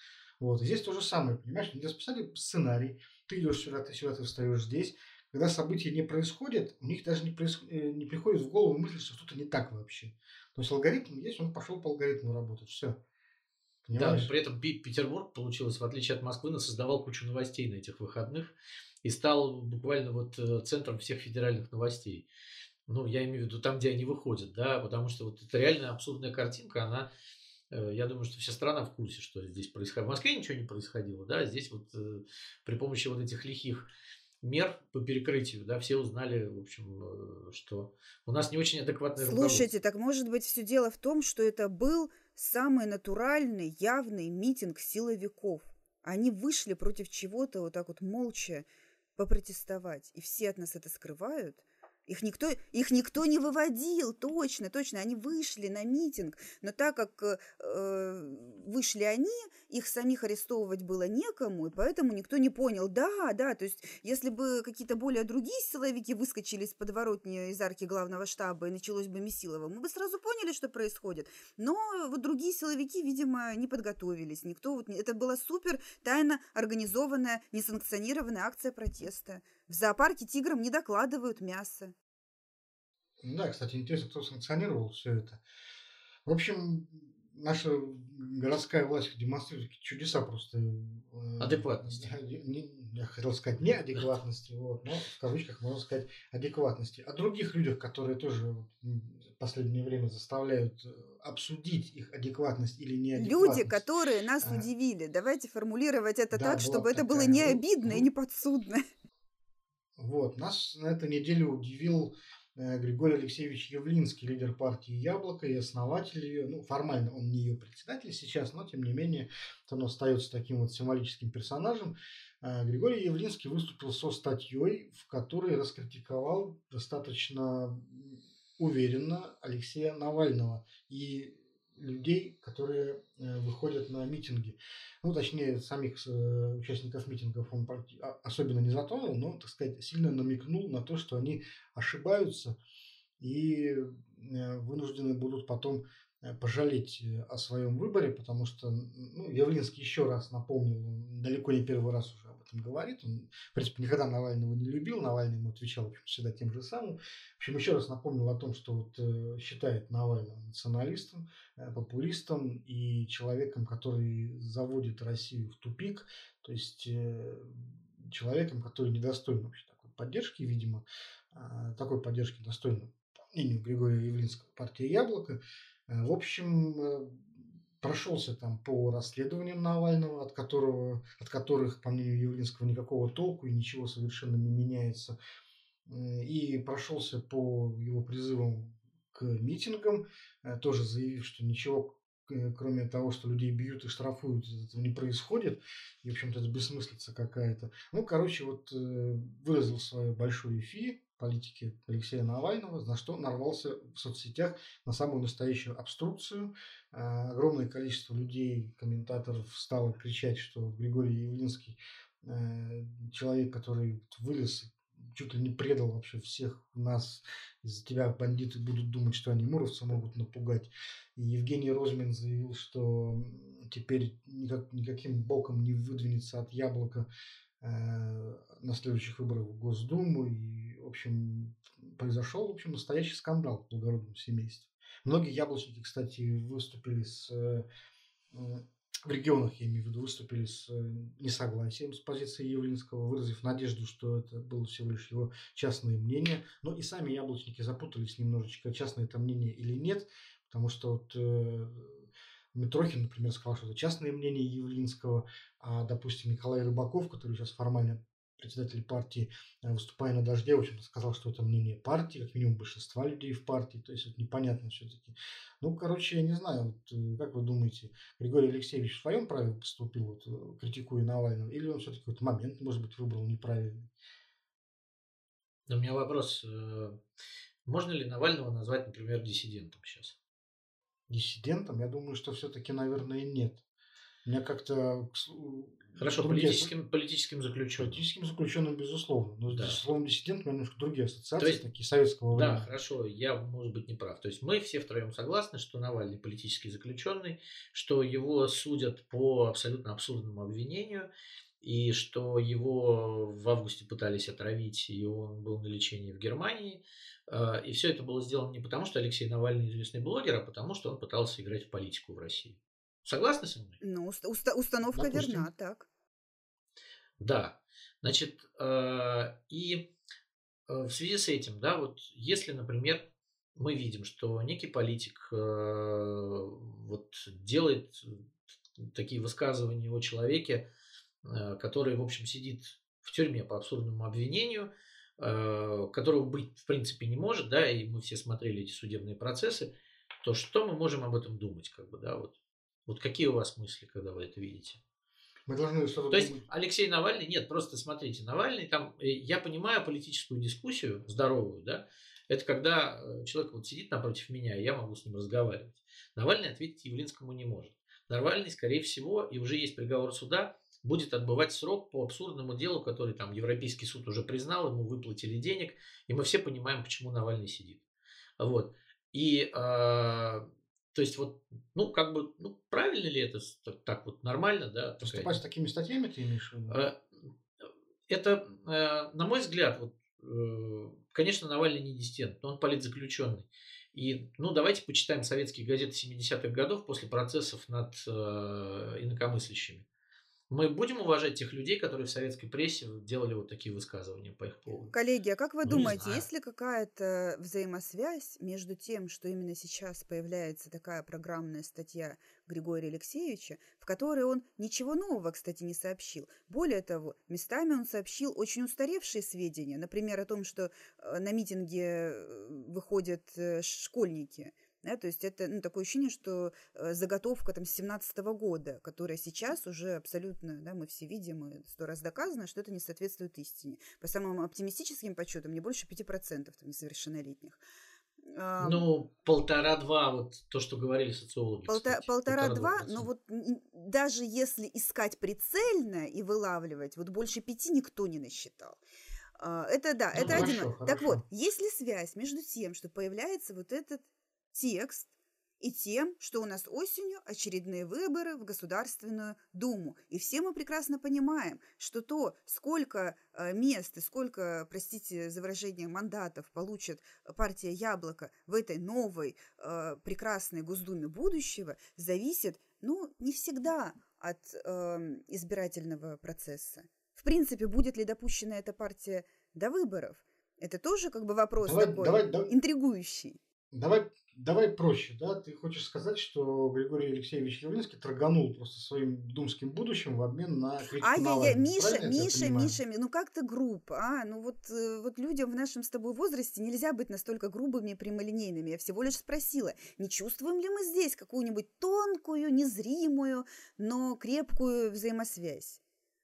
Вот. И здесь то же самое, понимаешь? Они расписали сценарий, ты идешь сюда, ты встаешь здесь. Когда события не происходят, у них даже не приходит в голову мысль, что что-то не так вообще. То есть алгоритм есть, он пошел по алгоритму работать. Все. Да, но Понимаешь? при этом Петербург, получилось, в отличие от Москвы, создавал кучу новостей на этих выходных и стал буквально вот центром всех федеральных новостей. Ну, я имею в виду там, где они выходят, да, потому что вот это реально абсурдная картинка, она, я думаю, что вся страна в курсе, что здесь происходит. В Москве ничего не происходило, да, здесь вот при помощи вот этих лихих мер по перекрытию, да, все узнали, в общем, что у нас не очень адекватное Слушайте, руководство. так может быть все дело в том, что это был самый натуральный, явный митинг силовиков. Они вышли против чего-то вот так вот молча попротестовать, и все от нас это скрывают. Их никто не выводил, точно, точно, они вышли на митинг, но так как вышли они, их самих арестовывать было некому, и поэтому никто не понял. Да, да, то есть если бы какие-то более другие силовики выскочили из подворотни, из арки главного штаба, и началось бы месилово, мы бы сразу поняли, что происходит. Но вот другие силовики, видимо, не подготовились. Это была супер тайно организованная, несанкционированная акция протеста. В зоопарке тиграм не докладывают мясо. Да, кстати, интересно, кто санкционировал все это. В общем, наша городская власть демонстрирует какие-то чудеса просто. Адекватности. Я хотел сказать неадекватности, вот, но в кавычках можно сказать адекватности. О других людях, которые тоже в последнее время заставляют обсудить их адекватность или Люди, неадекватность. которые нас А, удивили. Давайте формулировать это Да, так, была чтобы бы это было такая. не обидно и не подсудно. Вот, нас на этой неделе удивил Григорий Алексеевич Явлинский, лидер партии «Яблоко» и основатель ее. Ну, формально он не ее председатель сейчас, но, тем не менее, он остается таким вот символическим персонажем. Григорий Явлинский выступил со статьей, в которой раскритиковал достаточно уверенно Алексея Навального и людей, которые выходят на митинги. Ну, точнее, самих участников митингов он особенно не затронул, но, так сказать, сильно намекнул на то, что они ошибаются и вынуждены будут потом пожалеть о своем выборе, потому что ну, Явлинский еще раз напомнил, он далеко не первый раз уже об этом говорит, он, в принципе, никогда Навального не любил, Навальный ему отвечал, в общем, всегда тем же самым. В общем, еще раз напомнил о том, что вот, считает Навального националистом, популистом и человеком, который заводит Россию в тупик, то есть человеком, который недостоин вообще такой поддержки, видимо, такой поддержки достойна, по мнению Григория Явлинского, партия «Яблоко». В общем, прошелся там по расследованиям Навального, от которых, по мнению Явлинского, никакого толку и ничего совершенно не меняется. И прошелся по его призывам к митингам, тоже заявив, что ничего, кроме того, что людей бьют и штрафуют, из этого не происходит. И, в общем-то, это бессмыслица какая-то. Ну, короче, вот выразил свое большое фи политике Алексея Навального, за что нарвался в соцсетях на самую настоящую обструкцию. Огромное количество людей, комментаторов стало кричать, что Григорий Явлинский человек, который вылез, чуть ли не предал вообще всех нас. Из-за тебя бандиты будут думать, что они муровца могут напугать. И Евгений Розмин заявил, что теперь никаким боком не выдвинется от «Яблока» на следующих выборах в Госдуму. И, в общем, произошел, в общем, настоящий скандал в благородном семействе. Многие яблочники, кстати, выступили в регионах, я имею в виду, выступили с несогласием с позицией Явлинского, выразив надежду, что это было всего лишь его частное мнение. Но и сами яблочники запутались немножечко, частное это мнение или нет, потому что вот Митрохин, например, сказал, что это частное мнение Явлинского, а, допустим, Николай Рыбаков, который сейчас формально председатель партии, выступая на «Дожде», в общем-то, сказал, что это мнение партии, как минимум большинства людей в партии, то есть вот непонятно все-таки. Ну, короче, я не знаю, вот, как вы думаете, Григорий Алексеевич в своем праве поступил, вот, критикуя Навального, или он все-таки какой-то момент, может быть, выбрал неправильный? Но у меня вопрос, можно ли Навального назвать, например, диссидентом сейчас? Диссидентом? Я думаю, что все-таки, наверное, нет. У меня как-то Хорошо, политическим заключенным. Политическим заключенным, безусловно. Но Да. здесь словом диссидент немножко другие То ассоциации, есть, такие советского да, времени. хорошо, я, может быть, не прав. То есть мы все втроем согласны, что Навальный политический заключенный, что его судят по абсолютно абсурдному обвинению, и что его в августе пытались отравить, и он был на лечении в Германии. И все это было сделано не потому, что Алексей Навальный известный блогер, а потому, что он пытался играть в политику в России. Согласны со мной? Ну, установка Допустим. верна, так. Да. Значит, и в связи с этим, да, вот если, например, мы видим, что некий политик вот делает такие высказывания о человеке, который, в общем, сидит в тюрьме по абсурдному обвинению, которого быть в принципе не может, да, и мы все смотрели эти судебные процессы, то что мы можем об этом думать, как бы, да, вот какие у вас мысли, когда вы это видите? Мы должны что-то То есть думать. Алексей Навальный, нет, просто смотрите, Навальный там, я понимаю политическую дискуссию здоровую, да, это когда человек вот сидит напротив меня, и я могу с ним разговаривать. Навальный ответить Явлинскому не может. Навальный, скорее всего, и уже есть приговор суда, будет отбывать срок по абсурдному делу, который там Европейский суд уже признал, ему выплатили денег, и мы все понимаем, почему Навальный сидит. Вот. И то есть вот, ну, как бы, ну, правильно ли это так вот нормально, да? Поступать с такими статьями ты имеешь в виду? Это, на мой взгляд, вот, конечно, Навальный не диссидент, но он политзаключенный. И, ну, давайте почитаем советские газеты 70-х годов после процессов над инакомыслящими. Мы будем уважать тех людей, которые в советской прессе делали вот такие высказывания по их поводу? Коллеги, а как вы Ну, не думаете, знаю. есть ли какая-то взаимосвязь между тем, что именно сейчас появляется такая программная статья Григория Алексеевича, в которой он ничего нового, кстати, не сообщил? Более того, местами он сообщил очень устаревшие сведения, например, о том, что на митинге выходят школьники. Да, то есть это такое ощущение, что заготовка там, с 17 года, которая сейчас уже абсолютно, да, мы все видим, и 100 раз доказано, что это не соответствует истине. По самым оптимистическим подсчетам, не больше 5% там, несовершеннолетних. Ну, 1,5-2, вот то, что говорили социологи, кстати. 1,5-2, но вот даже если искать прицельно и вылавливать, вот больше 5 никто не насчитал. Это да, Ну, это хорошо, один. хорошо. Так вот, есть ли связь между тем, что появляется вот этот текст, и тем, что у нас осенью очередные выборы в Государственную Думу. И все мы прекрасно понимаем, что то, сколько мест и сколько, простите за выражение, мандатов получит партия «Яблоко» в этой новой прекрасной Госдуме будущего, зависит, ну, не всегда от избирательного процесса. В принципе, будет ли допущена эта партия до выборов? Это тоже как бы вопрос интригующий. Давай проще, да? Ты хочешь сказать, что Григорий Алексеевич Явлинский торганул просто своим думским будущим в обмен на критику Навального? Миша, ну как-то грубо, а? Ну вот людям в нашем с тобой возрасте нельзя быть настолько грубыми и прямолинейными. Я всего лишь спросила, не чувствуем ли мы здесь какую-нибудь тонкую, незримую, но крепкую взаимосвязь?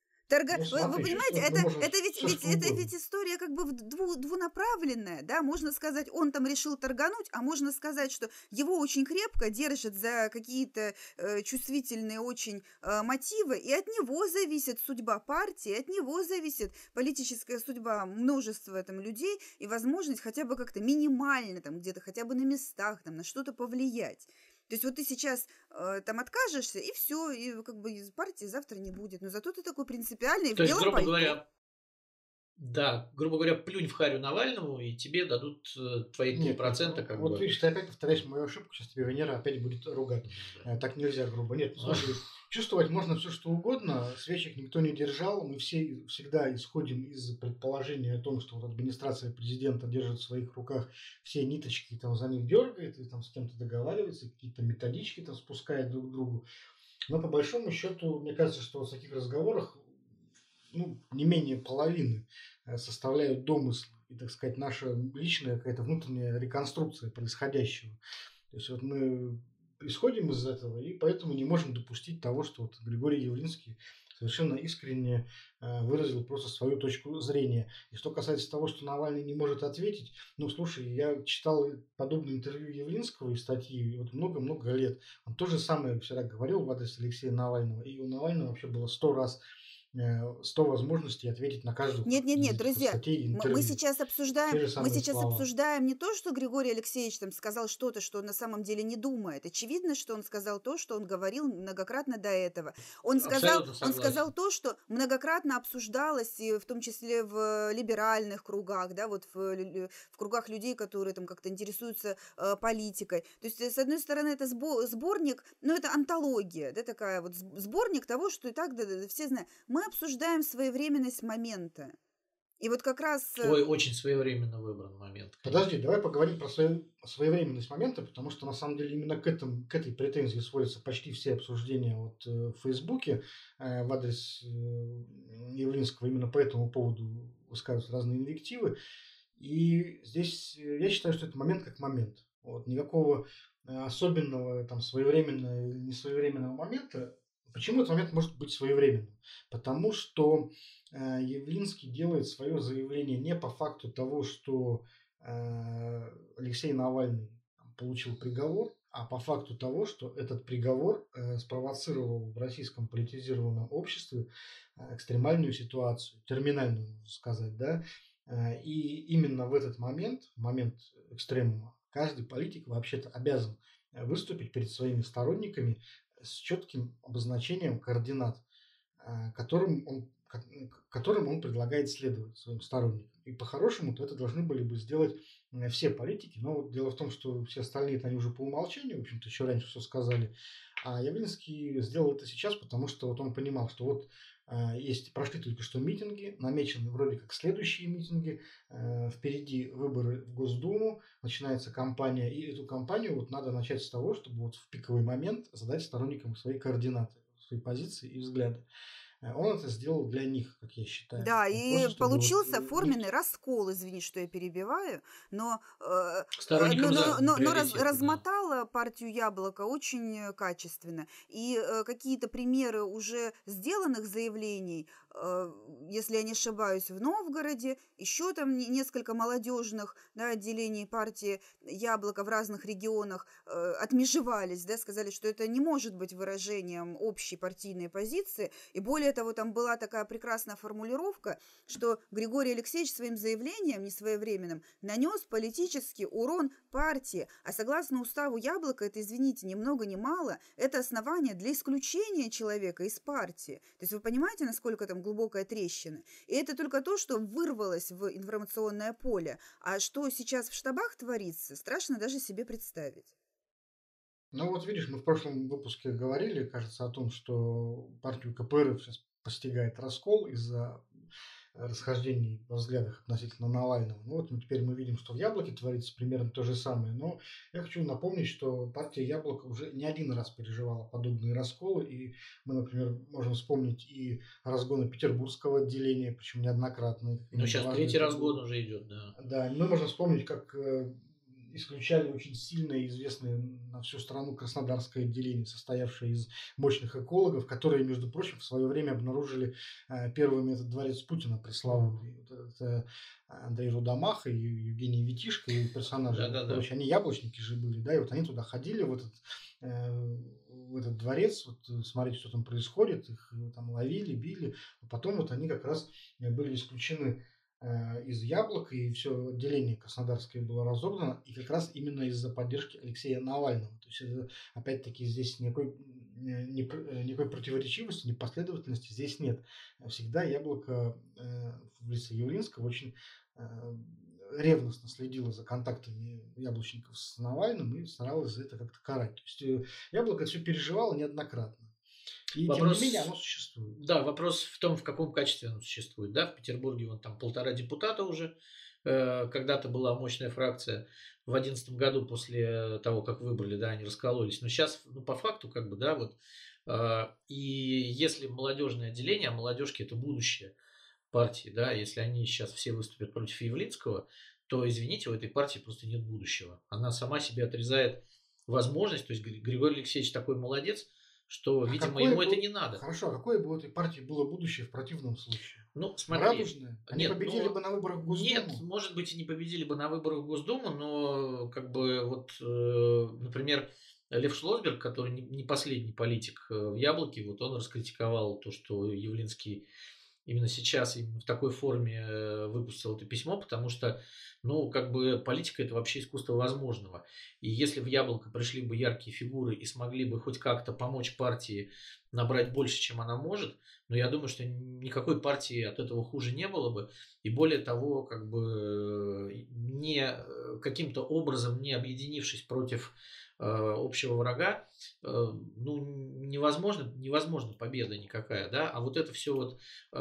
Вы понимаете, это ведь история как бы двунаправленная, да, можно сказать, он там решил торгануть, а можно сказать, что его очень крепко держат за какие-то чувствительные очень мотивы, и от него зависит судьба партии, от него зависит политическая судьба множества там людей и возможность хотя бы как-то минимально там где-то хотя бы на местах там на что-то повлиять. То есть вот ты сейчас там откажешься, и все, и как бы из партии завтра не будет. Но зато ты такой принципиальный, то есть, грубо говоря, плюнь в харю Навальному, и тебе дадут твои 3%. Как вот бы. Видишь, ты опять повторяешь мою ошибку, сейчас тебе Венера опять будет ругать. Да. Так нельзя грубо. Нет, слушай, чувствовать можно все, что угодно, свечек никто не держал, мы все всегда исходим из предположения о том, что вот администрация президента держит в своих руках все ниточки, там за них дергает, и там с кем-то договаривается, какие-то методички там спускает друг к другу. Но по большому счету, мне кажется, что в таких разговорах не менее половины составляют домыслы и, так сказать, наша личная какая-то внутренняя реконструкция происходящего. То есть вот мы исходим из этого, и поэтому не можем допустить того, что вот Григорий Явлинский совершенно искренне выразил просто свою точку зрения. И что касается того, что Навальный не может ответить, слушай, я читал подобное интервью Явлинского и статьи вот много-много лет. Он то же самое всегда говорил в адрес Алексея Навального, и у Навального вообще было 100 раз 100 возможностей ответить на каждую Нет, из этих вот друзья, статей и мы интервью. сейчас Те же мы самые сейчас слова. обсуждаем не то, что Григорий Алексеевич там сказал что-то, что он на самом деле не думает. Очевидно, что он сказал то, что он говорил многократно до этого. Абсолютно Он сказал согласен. то, что многократно обсуждалось, и в том числе в либеральных кругах, да, вот в кругах людей, которые там как-то интересуются политикой. То есть, с одной стороны, это сборник, ну, это антология, да, такая вот сборник того, что и так все знают. Мы обсуждаем своевременность момента. И вот как раз... Ой, очень своевременно выбран момент, конечно. Подожди, давай поговорим про своевременность момента, потому что на самом деле именно к этой претензии сводятся почти все обсуждения вот, в Фейсбуке в адрес Явлинского. Именно по этому поводу высказываются разные инвективы. И здесь я считаю, что это момент как момент. Вот, никакого особенного там, своевременного или несвоевременного момента. Почему этот момент может быть своевременным? Потому что Явлинский делает свое заявление не по факту того, что Алексей Навальный получил приговор, а по факту того, что этот приговор спровоцировал в российском политизированном обществе экстремальную ситуацию, терминальную, можно сказать, да. И именно в этот момент, в момент экстремума, каждый политик вообще-то обязан выступить перед своими сторонниками с четким обозначением координат, которым он предлагает следовать своим сторонникам. И по-хорошему-то это должны были бы сделать все политики. Но вот дело в том, что все остальные они уже по умолчанию, в общем-то, еще раньше все сказали. А Явлинский сделал это сейчас, потому что вот он понимал, что вот прошли только что митинги, намечены вроде как следующие митинги, впереди выборы в Госдуму, начинается кампания, и эту кампанию вот надо начать с того, чтобы вот в пиковый момент задать сторонникам свои координаты, свои позиции и взгляды. Он это сделал для них, как я считаю. Да, Вот и просто чтобы вот получился форменный раскол, извини, что я перебиваю, но, Сторонникам приоритет, да. размотала партию «Яблоко» очень качественно. И какие-то примеры уже сделанных заявлений, если я не ошибаюсь, в Новгороде, еще там несколько молодежных, да, отделений партии «Яблоко» в разных регионах отмежевались, да, сказали, что это не может быть выражением общей партийной позиции. И более того, там была такая прекрасная формулировка, что Григорий Алексеевич своим заявлением несвоевременным нанес политический урон партии. А согласно уставу «Яблоко», это, извините, ни много ни мало, это основание для исключения человека из партии. То есть вы понимаете, насколько там глубокая трещина? И это только то, что вырвалось в информационное поле. А что сейчас в штабах творится, страшно даже себе представить. Ну вот видишь, мы в прошлом выпуске говорили, кажется, о том, что партию КПРФ сейчас постигает раскол из-за расхождений во взглядах относительно Навального. Ну вот теперь мы видим, что в «Яблоке» творится примерно то же самое. Но я хочу напомнить, что партия «Яблоко» уже не один раз переживала подобные расколы. И мы, например, можем вспомнить и разгоны петербургского отделения, причем неоднократно. Но сейчас третий разгон уже идет, да. Да, мы можем вспомнить, как исключали очень сильное и известное на всю страну краснодарское отделение, состоявшее из мощных экологов, которые, между прочим, в свое время обнаружили первыми этот дворец Путина пресловутый. Вот это Андрей Рудомах и Евгений Витишко и персонажи. Да. Короче, они яблочники же были, да, и вот они туда ходили, в этот дворец, вот, смотреть, что там происходит, их там ловили, били. Потом вот они как раз были исключены из «Яблок», и все отделение краснодарское было разогнано, и как раз именно из-за поддержки Алексея Навального. То есть, это, опять-таки, здесь никакой противоречивости, непоследовательности здесь нет. Всегда «Яблоко» в лице Явлинского очень ревностно следила за контактами яблочников с Навальным и старалась за это как-то карать. То есть, «Яблоко» это все переживало неоднократно. И тем не менее оно существует. Да, вопрос в том, в каком качестве оно существует. Да, в Петербурге вон там 1,5 депутата уже. Когда-то была мощная фракция. В 2011 году, после того, как выбрали, да, они раскололись. Но сейчас, ну, по факту, как бы, да, вот. И если молодежное отделение, а молодежки это будущее партии, да, если они сейчас все выступят против Явлинского, то, извините, у этой партии просто нет будущего. Она сама себе отрезает возможность. То есть Григорий Алексеевич такой молодец, что, видимо, ему это не надо. Хорошо, а какое бы у этой партии было будущее в противном случае? Ну, смотри. Радужное? Они победили бы на выборах в Госдуму? Нет, может быть, и не победили бы на выборах в Госдуму, но, как бы, вот, например, Лев Шлосберг, который не последний политик в «Яблоке», вот он раскритиковал то, что Явлинский именно сейчас, именно в такой форме выпустил это письмо, потому что, ну, как бы политика – это вообще искусство возможного. И если в «Яблоко» пришли бы яркие фигуры и смогли бы хоть как-то помочь партии набрать больше, чем она может, но я думаю, что никакой партии от этого хуже не было бы. И более того, как бы каким-то образом не объединившись против общего врага, ну, невозможно победа никакая, да, а вот это все вот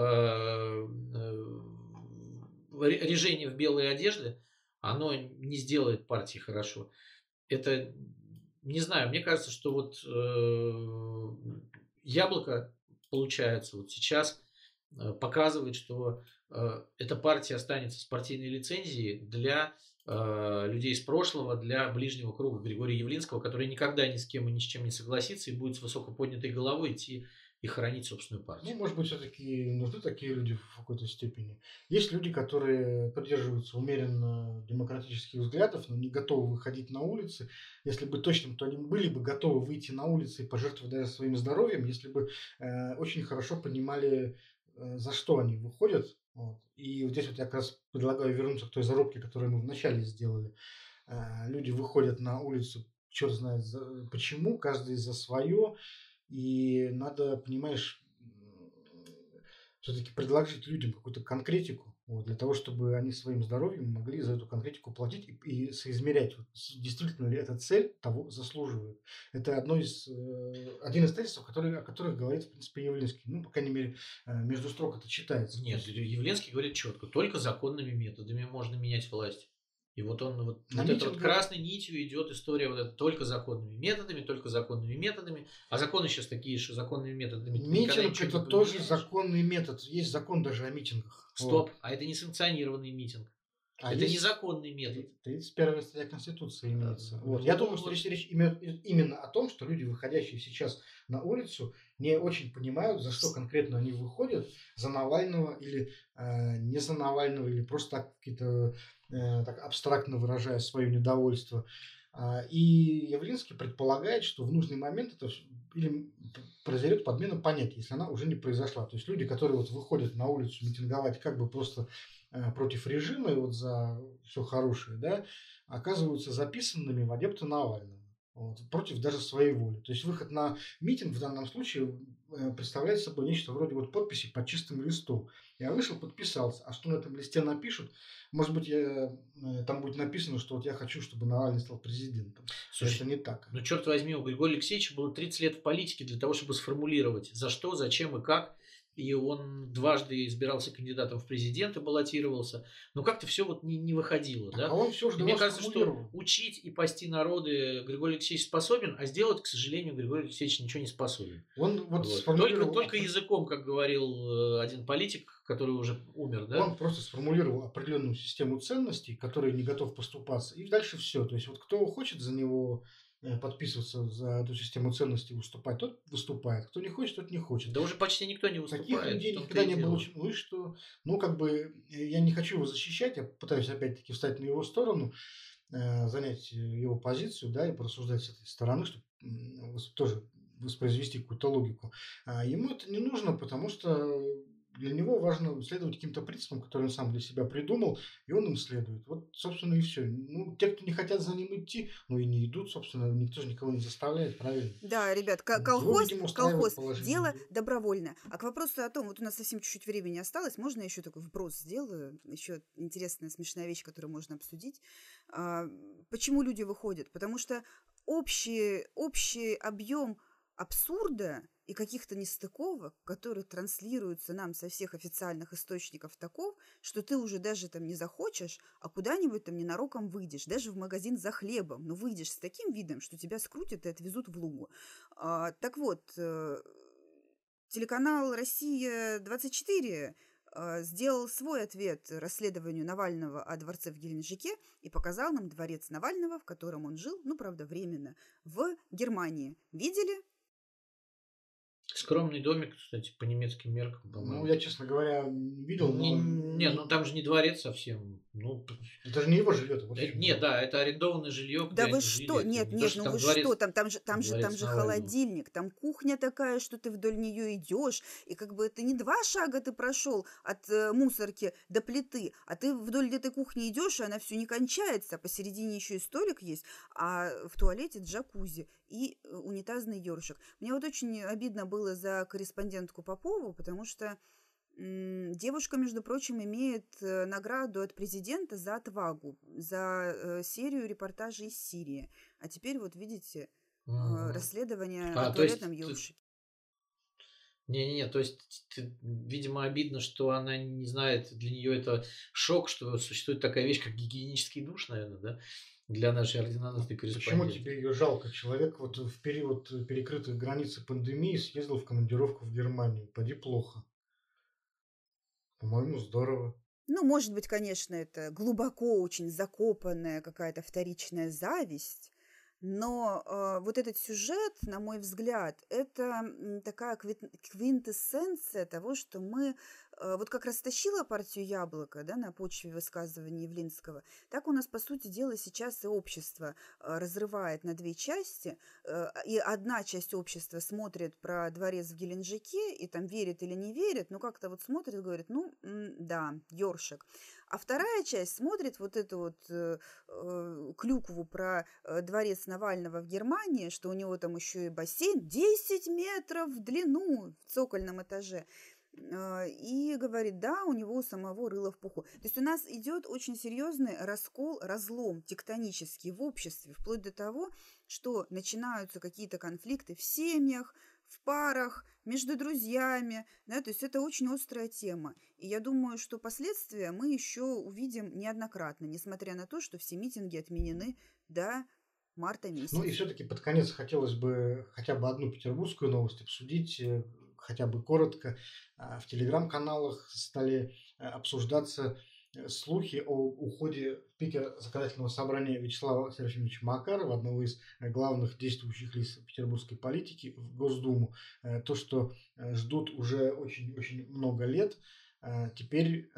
режение в белые одежды, оно не сделает партии хорошо. Это, не знаю, мне кажется, что вот «Яблоко», получается, вот сейчас показывает, что эта партия останется с партийной лицензией для людей из прошлого, для ближнего круга Григория Явлинского, который никогда ни с кем и ни с чем не согласится и будет с высоко поднятой головой идти и хранить собственную Ну, партию. может быть, все-таки нужны такие люди в какой-то степени. Есть люди, которые придерживаются умеренно демократических взглядов, но не готовы выходить на улицы. Если быть точным, то они были бы готовы выйти на улицы и пожертвовать даже своим здоровьем, если бы очень хорошо понимали, за что они выходят. Вот. И вот здесь вот я как раз предлагаю вернуться к той зарубке, которую мы вначале сделали. Люди выходят на улицу, черт знает почему, каждый за свое. И надо, понимаешь, все-таки предложить людям какую-то конкретику, вот, для того, чтобы они своим здоровьем могли за эту конкретику платить и соизмерять, вот, действительно ли эта цель того заслуживает. Это один из тезисов, о которых говорит, в принципе, Явлинский. Ну, по крайней мере, между строк это читается. Нет, Явлинский говорит четко, только законными методами можно менять власть. И вот он вот это вот красной нитью идет история вот это только законными методами, а законы сейчас такие, что законными методами. Митинг это тоже законный метод. Есть закон даже о митингах. Стоп, а это не санкционированный митинг. Это незаконный метод. 31 статья Конституции имеется. Вот. Я думаю, что речь именно о том, что люди, выходящие сейчас на улицу, не очень понимают, за что конкретно они выходят, за Навального или не за Навального, или просто так какие-то так абстрактно выражая свое недовольство. И Явлинский предполагает, что в нужный момент это или произойдет подмена понятий, если она уже не произошла. То есть люди, которые вот выходят на улицу митинговать как бы просто против режима и вот за все хорошее, да, оказываются записанными в адепты Навального. Вот, против даже своей воли. То есть выход на митинг в данном случае представляет собой нечто вроде вот подписи под чистым листом. Я вышел, подписался. А что на этом листе напишут? Может быть, там будет написано, что вот я хочу, чтобы Навальный стал президентом. Слушай, это не так. Ну, черт возьми, у Григория Алексеевича было 30 лет в политике для того, чтобы сформулировать, за что, зачем и как. И он дважды избирался кандидатом в президенты, баллотировался. Но как-то все вот не выходило. Да? А он все же мне кажется, что учить и пасти народы Григорий Алексеевич способен, а сделать, к сожалению, Григорий Алексеевич ничего не способен. Он вот только языком, как говорил один политик, который уже умер. Да? Он просто сформулировал определенную систему ценностей, которой не готов поступаться. И дальше все. То есть вот кто хочет за него подписываться за эту систему ценностей, выступать, тот выступает. Кто не хочет, тот не хочет. Да уже почти никто не выступает. Таких людей никогда не было. Ну и что? Ну, как бы, я не хочу его защищать, я пытаюсь опять-таки встать на его сторону, занять его позицию, да, и порассуждать с этой стороны, чтобы тоже воспроизвести какую-то логику. А ему это не нужно, потому что для него важно следовать каким-то принципам, которые он сам для себя придумал, и он им следует. Вот, собственно, и все. Ну, те, кто не хотят за ним идти, ну и не идут, собственно, никто же никого не заставляет, правильно? Да, ребят, колхоз дело добровольно. А к вопросу о том, вот у нас совсем чуть-чуть времени осталось, можно еще такой вброс сделаю? Еще интересная, смешная вещь, которую можно обсудить. Почему люди выходят? Потому что общий объем абсурда и каких-то нестыковок, которые транслируются нам со всех официальных источников, таков, что ты уже даже там не захочешь, а куда-нибудь там ненароком выйдешь, даже в магазин за хлебом, но выйдешь с таким видом, что тебя скрутят и отвезут в Лугу. Так вот, телеканал «Россия-24» сделал свой ответ расследованию Навального о дворце в Геленджике и показал нам дворец Навального, в котором он жил, ну, правда, временно, в Германии. Видели? Скромный домик, кстати, по немецким меркам, по-моему. Ну, я, честно говоря, не видел. Не, ну там же не дворец совсем. Ну, Это же не его жилье, вот в чем нет, дело. да, это арендованное жилье, где Да вы они жили. что? Это Нет, не то, нет, что ну там вы что? дворец, Там дворец же Навального. холодильник, там кухня такая, что ты вдоль нее идешь, и как бы это не 2 шага ты прошел от мусорки до плиты, а ты вдоль этой кухни идешь, и она все не кончается, а посередине еще и столик есть, а в туалете джакузи и унитазный ёршик. Мне вот очень обидно было за корреспондентку Попову, потому что девушка, между прочим, имеет награду от президента за отвагу, за серию репортажей из Сирии. А теперь вот видите Мгм. расследование о То есть, туалетном ёршике. не-не-не, то есть, видимо, обидно, что она не знает, для нее это шок, что существует такая вещь, как гигиенический душ, наверное, да, для нашей ординатной Почему корреспондентки. тебе ее жалко? Человек вот в период перекрытых границ и пандемии съездил в командировку в Германию. Поди плохо. По-моему, здорово. Ну, может быть, конечно, это глубоко очень закопанная какая-то вторичная зависть, но вот этот сюжет, на мой взгляд, это такая квинтэссенция того, что мы вот как растащила партию «Яблоко», да, на почве высказываний Явлинского, так у нас, по сути дела, сейчас и общество разрывает на 2 части, и одна часть общества смотрит про дворец в Геленджике и там верит или не верит, но как-то вот смотрит и говорит, ну, да, ёршик. А вторая часть смотрит вот эту вот клюкву про дворец Навального в Германии, что у него там еще и бассейн 10 метров в длину в цокольном этаже. И говорит, да, у него у самого рыло в пуху. То есть у нас идет очень серьезный раскол, разлом тектонический в обществе, вплоть до того, что начинаются какие-то конфликты в семьях, в парах, между друзьями, да, то есть это очень острая тема. И я думаю, что последствия мы еще увидим неоднократно, несмотря на то, что все митинги отменены до марта Ну и месяца. все-таки под конец хотелось бы хотя бы одну петербургскую новость обсудить, хотя бы коротко. В телеграм-каналах стали обсуждаться слухи о уходе в Питер законодательного собрания Вячеслава Серафимовича Макарова, одного из главных действующих лиц петербургской политики, в Госдуму. То, что ждут уже очень-очень много лет, теперь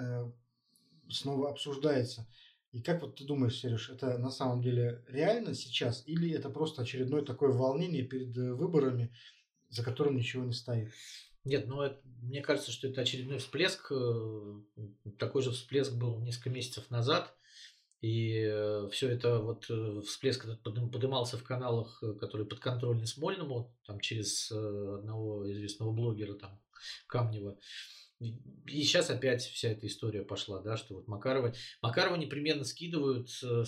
снова обсуждается. И как вот ты думаешь, Сереж, это на самом деле реально сейчас или это просто очередное такое волнение перед выборами, за которым ничего не стоит? Нет, ну, мне кажется, что это очередной всплеск. Такой же всплеск был несколько месяцев назад. И все это вот всплеск этот подымался в каналах, которые подконтрольны Смольному, там через одного известного блогера, там, Камнева. И сейчас опять вся эта история пошла, да, что вот Макарова непременно скидывают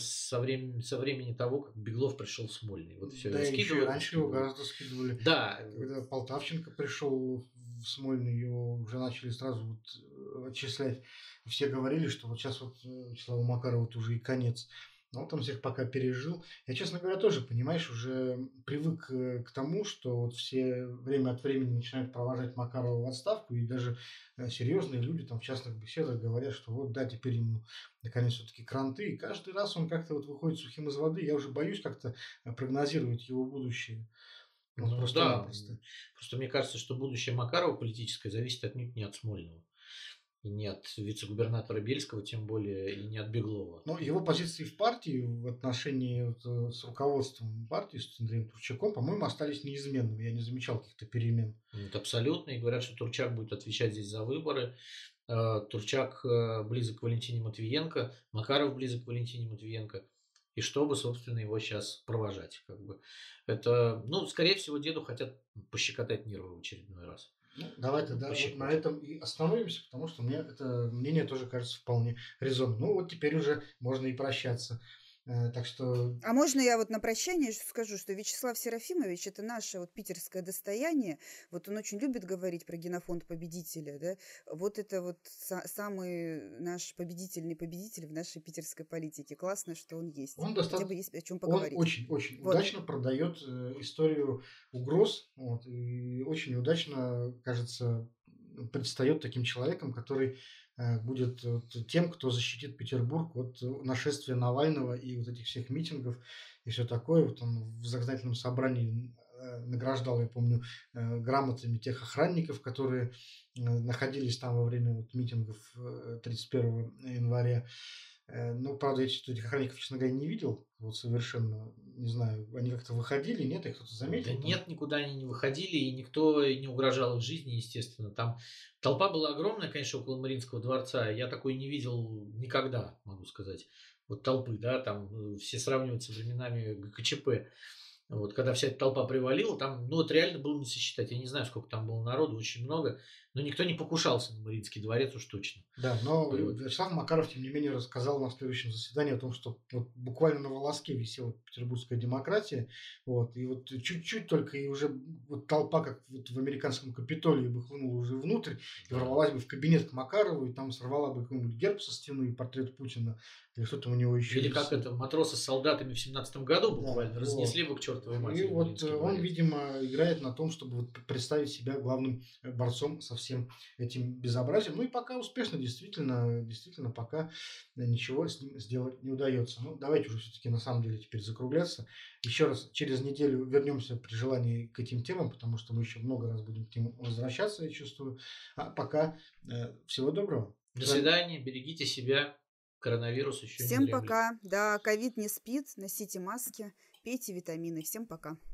со времени того, как Беглов пришел в Смольный. Вот все Да, его и еще и скидывают и раньше его скидывают. гораздо скидывали. Да, Когда Полтавченко пришел в Смольный, его уже начали сразу вот отчислять. Все говорили, что вот сейчас вот Вячеславу Макарову вот уже и конец. Но он там всех пока пережил. Я, честно говоря, тоже, понимаешь, уже привык к тому, что вот все время от времени начинают провожать Макарова в отставку, и даже серьезные люди там в частных беседах говорят, что вот да, теперь ему наконец все-таки кранты, и каждый раз он как-то вот выходит сухим из воды. Я уже боюсь как-то прогнозировать его будущее. Вот ну да, просто-напросто. просто мне кажется, что будущее Макарова политическое зависит отнюдь не от Смольного. И не от вице-губернатора Бельского, тем более, и не от Беглова. Но его позиции в партии в отношении вот, с руководством партии, с Андреем Турчаком, по-моему, остались неизменными. Я не замечал каких-то перемен. Это абсолютно. И говорят, что Турчак будет отвечать здесь за выборы. Турчак близок к Валентине Матвиенко, Макаров близок к Валентине Матвиенко. И чтобы, собственно, его сейчас провожать. Как бы. Это, ну, скорее всего, деду хотят пощекотать нервы в очередной раз. Ну, давай Ну, тогда вот на пощекотать. этом и остановимся, потому что мне это мнение тоже кажется вполне резонным. Ну, вот теперь уже можно и прощаться. Так что А можно я вот на прощание скажу, что Вячеслав Серафимович – это наше вот питерское достояние. Вот он очень любит говорить про генофонд победителя, да. Вот это вот самый наш победитель в нашей питерской политике. Классно, что он есть. он Хотя бы достаточно, есть о чем он поговорить. очень-очень Вот. удачно продает историю угроз, вот, и очень удачно, кажется, предстает таким человеком, который будет вот тем, кто защитит Петербург от нашествия Навального и вот этих всех митингов и все такое. Вот он в законодательном собрании награждал, я помню, грамотами тех охранников, которые находились там во время вот митингов 31 января. Ну, правда, я этих охранников, честно говоря, не видел. Вот совершенно, не знаю, они как-то выходили, нет, их кто-то Да заметил там? нет, никуда они не выходили, и никто не угрожал их жизни, естественно. Там толпа была огромная, конечно, около Мариинского дворца. Я такой не видел никогда, могу сказать. Вот толпы, да, там все сравнивают со временами ГКЧП. Вот, когда вся эта толпа привалила, там, ну, вот реально было не сосчитать. Я не знаю, сколько там было народу, очень много. Но никто не покушался на Мариинский дворец уж точно. Да, но Вот. Вячеслав Макаров, тем не менее, рассказал на следующем заседании о том, что вот буквально на волоске висела петербургская демократия, вот, и вот чуть-чуть только, и уже вот толпа, как вот в американском Капитолии, бы хлынула уже внутрь, и Да. ворвалась бы в кабинет к Макарову, и там сорвала бы какой-нибудь герб со стены, и портрет Путина, или что там у него еще Или как висит. это, матросы с солдатами в 17 году Да, буквально вот. разнесли бы к чертовой И матери вот Мариинский он, дворец. видимо, играет на том, чтобы вот представить себя главным борцом со всем этим безобразием. Ну и пока успешно, действительно, пока ничего с ним сделать не удается. Ну, давайте уже все-таки на самом деле теперь закругляться. Еще раз через неделю вернемся при желании к этим темам, потому что мы еще много раз будем к ним возвращаться, я чувствую. А пока всего доброго. До свидания, берегите себя, коронавирус еще не Всем дремлет. пока. Да, ковид не спит, носите маски, пейте витамины. Всем пока.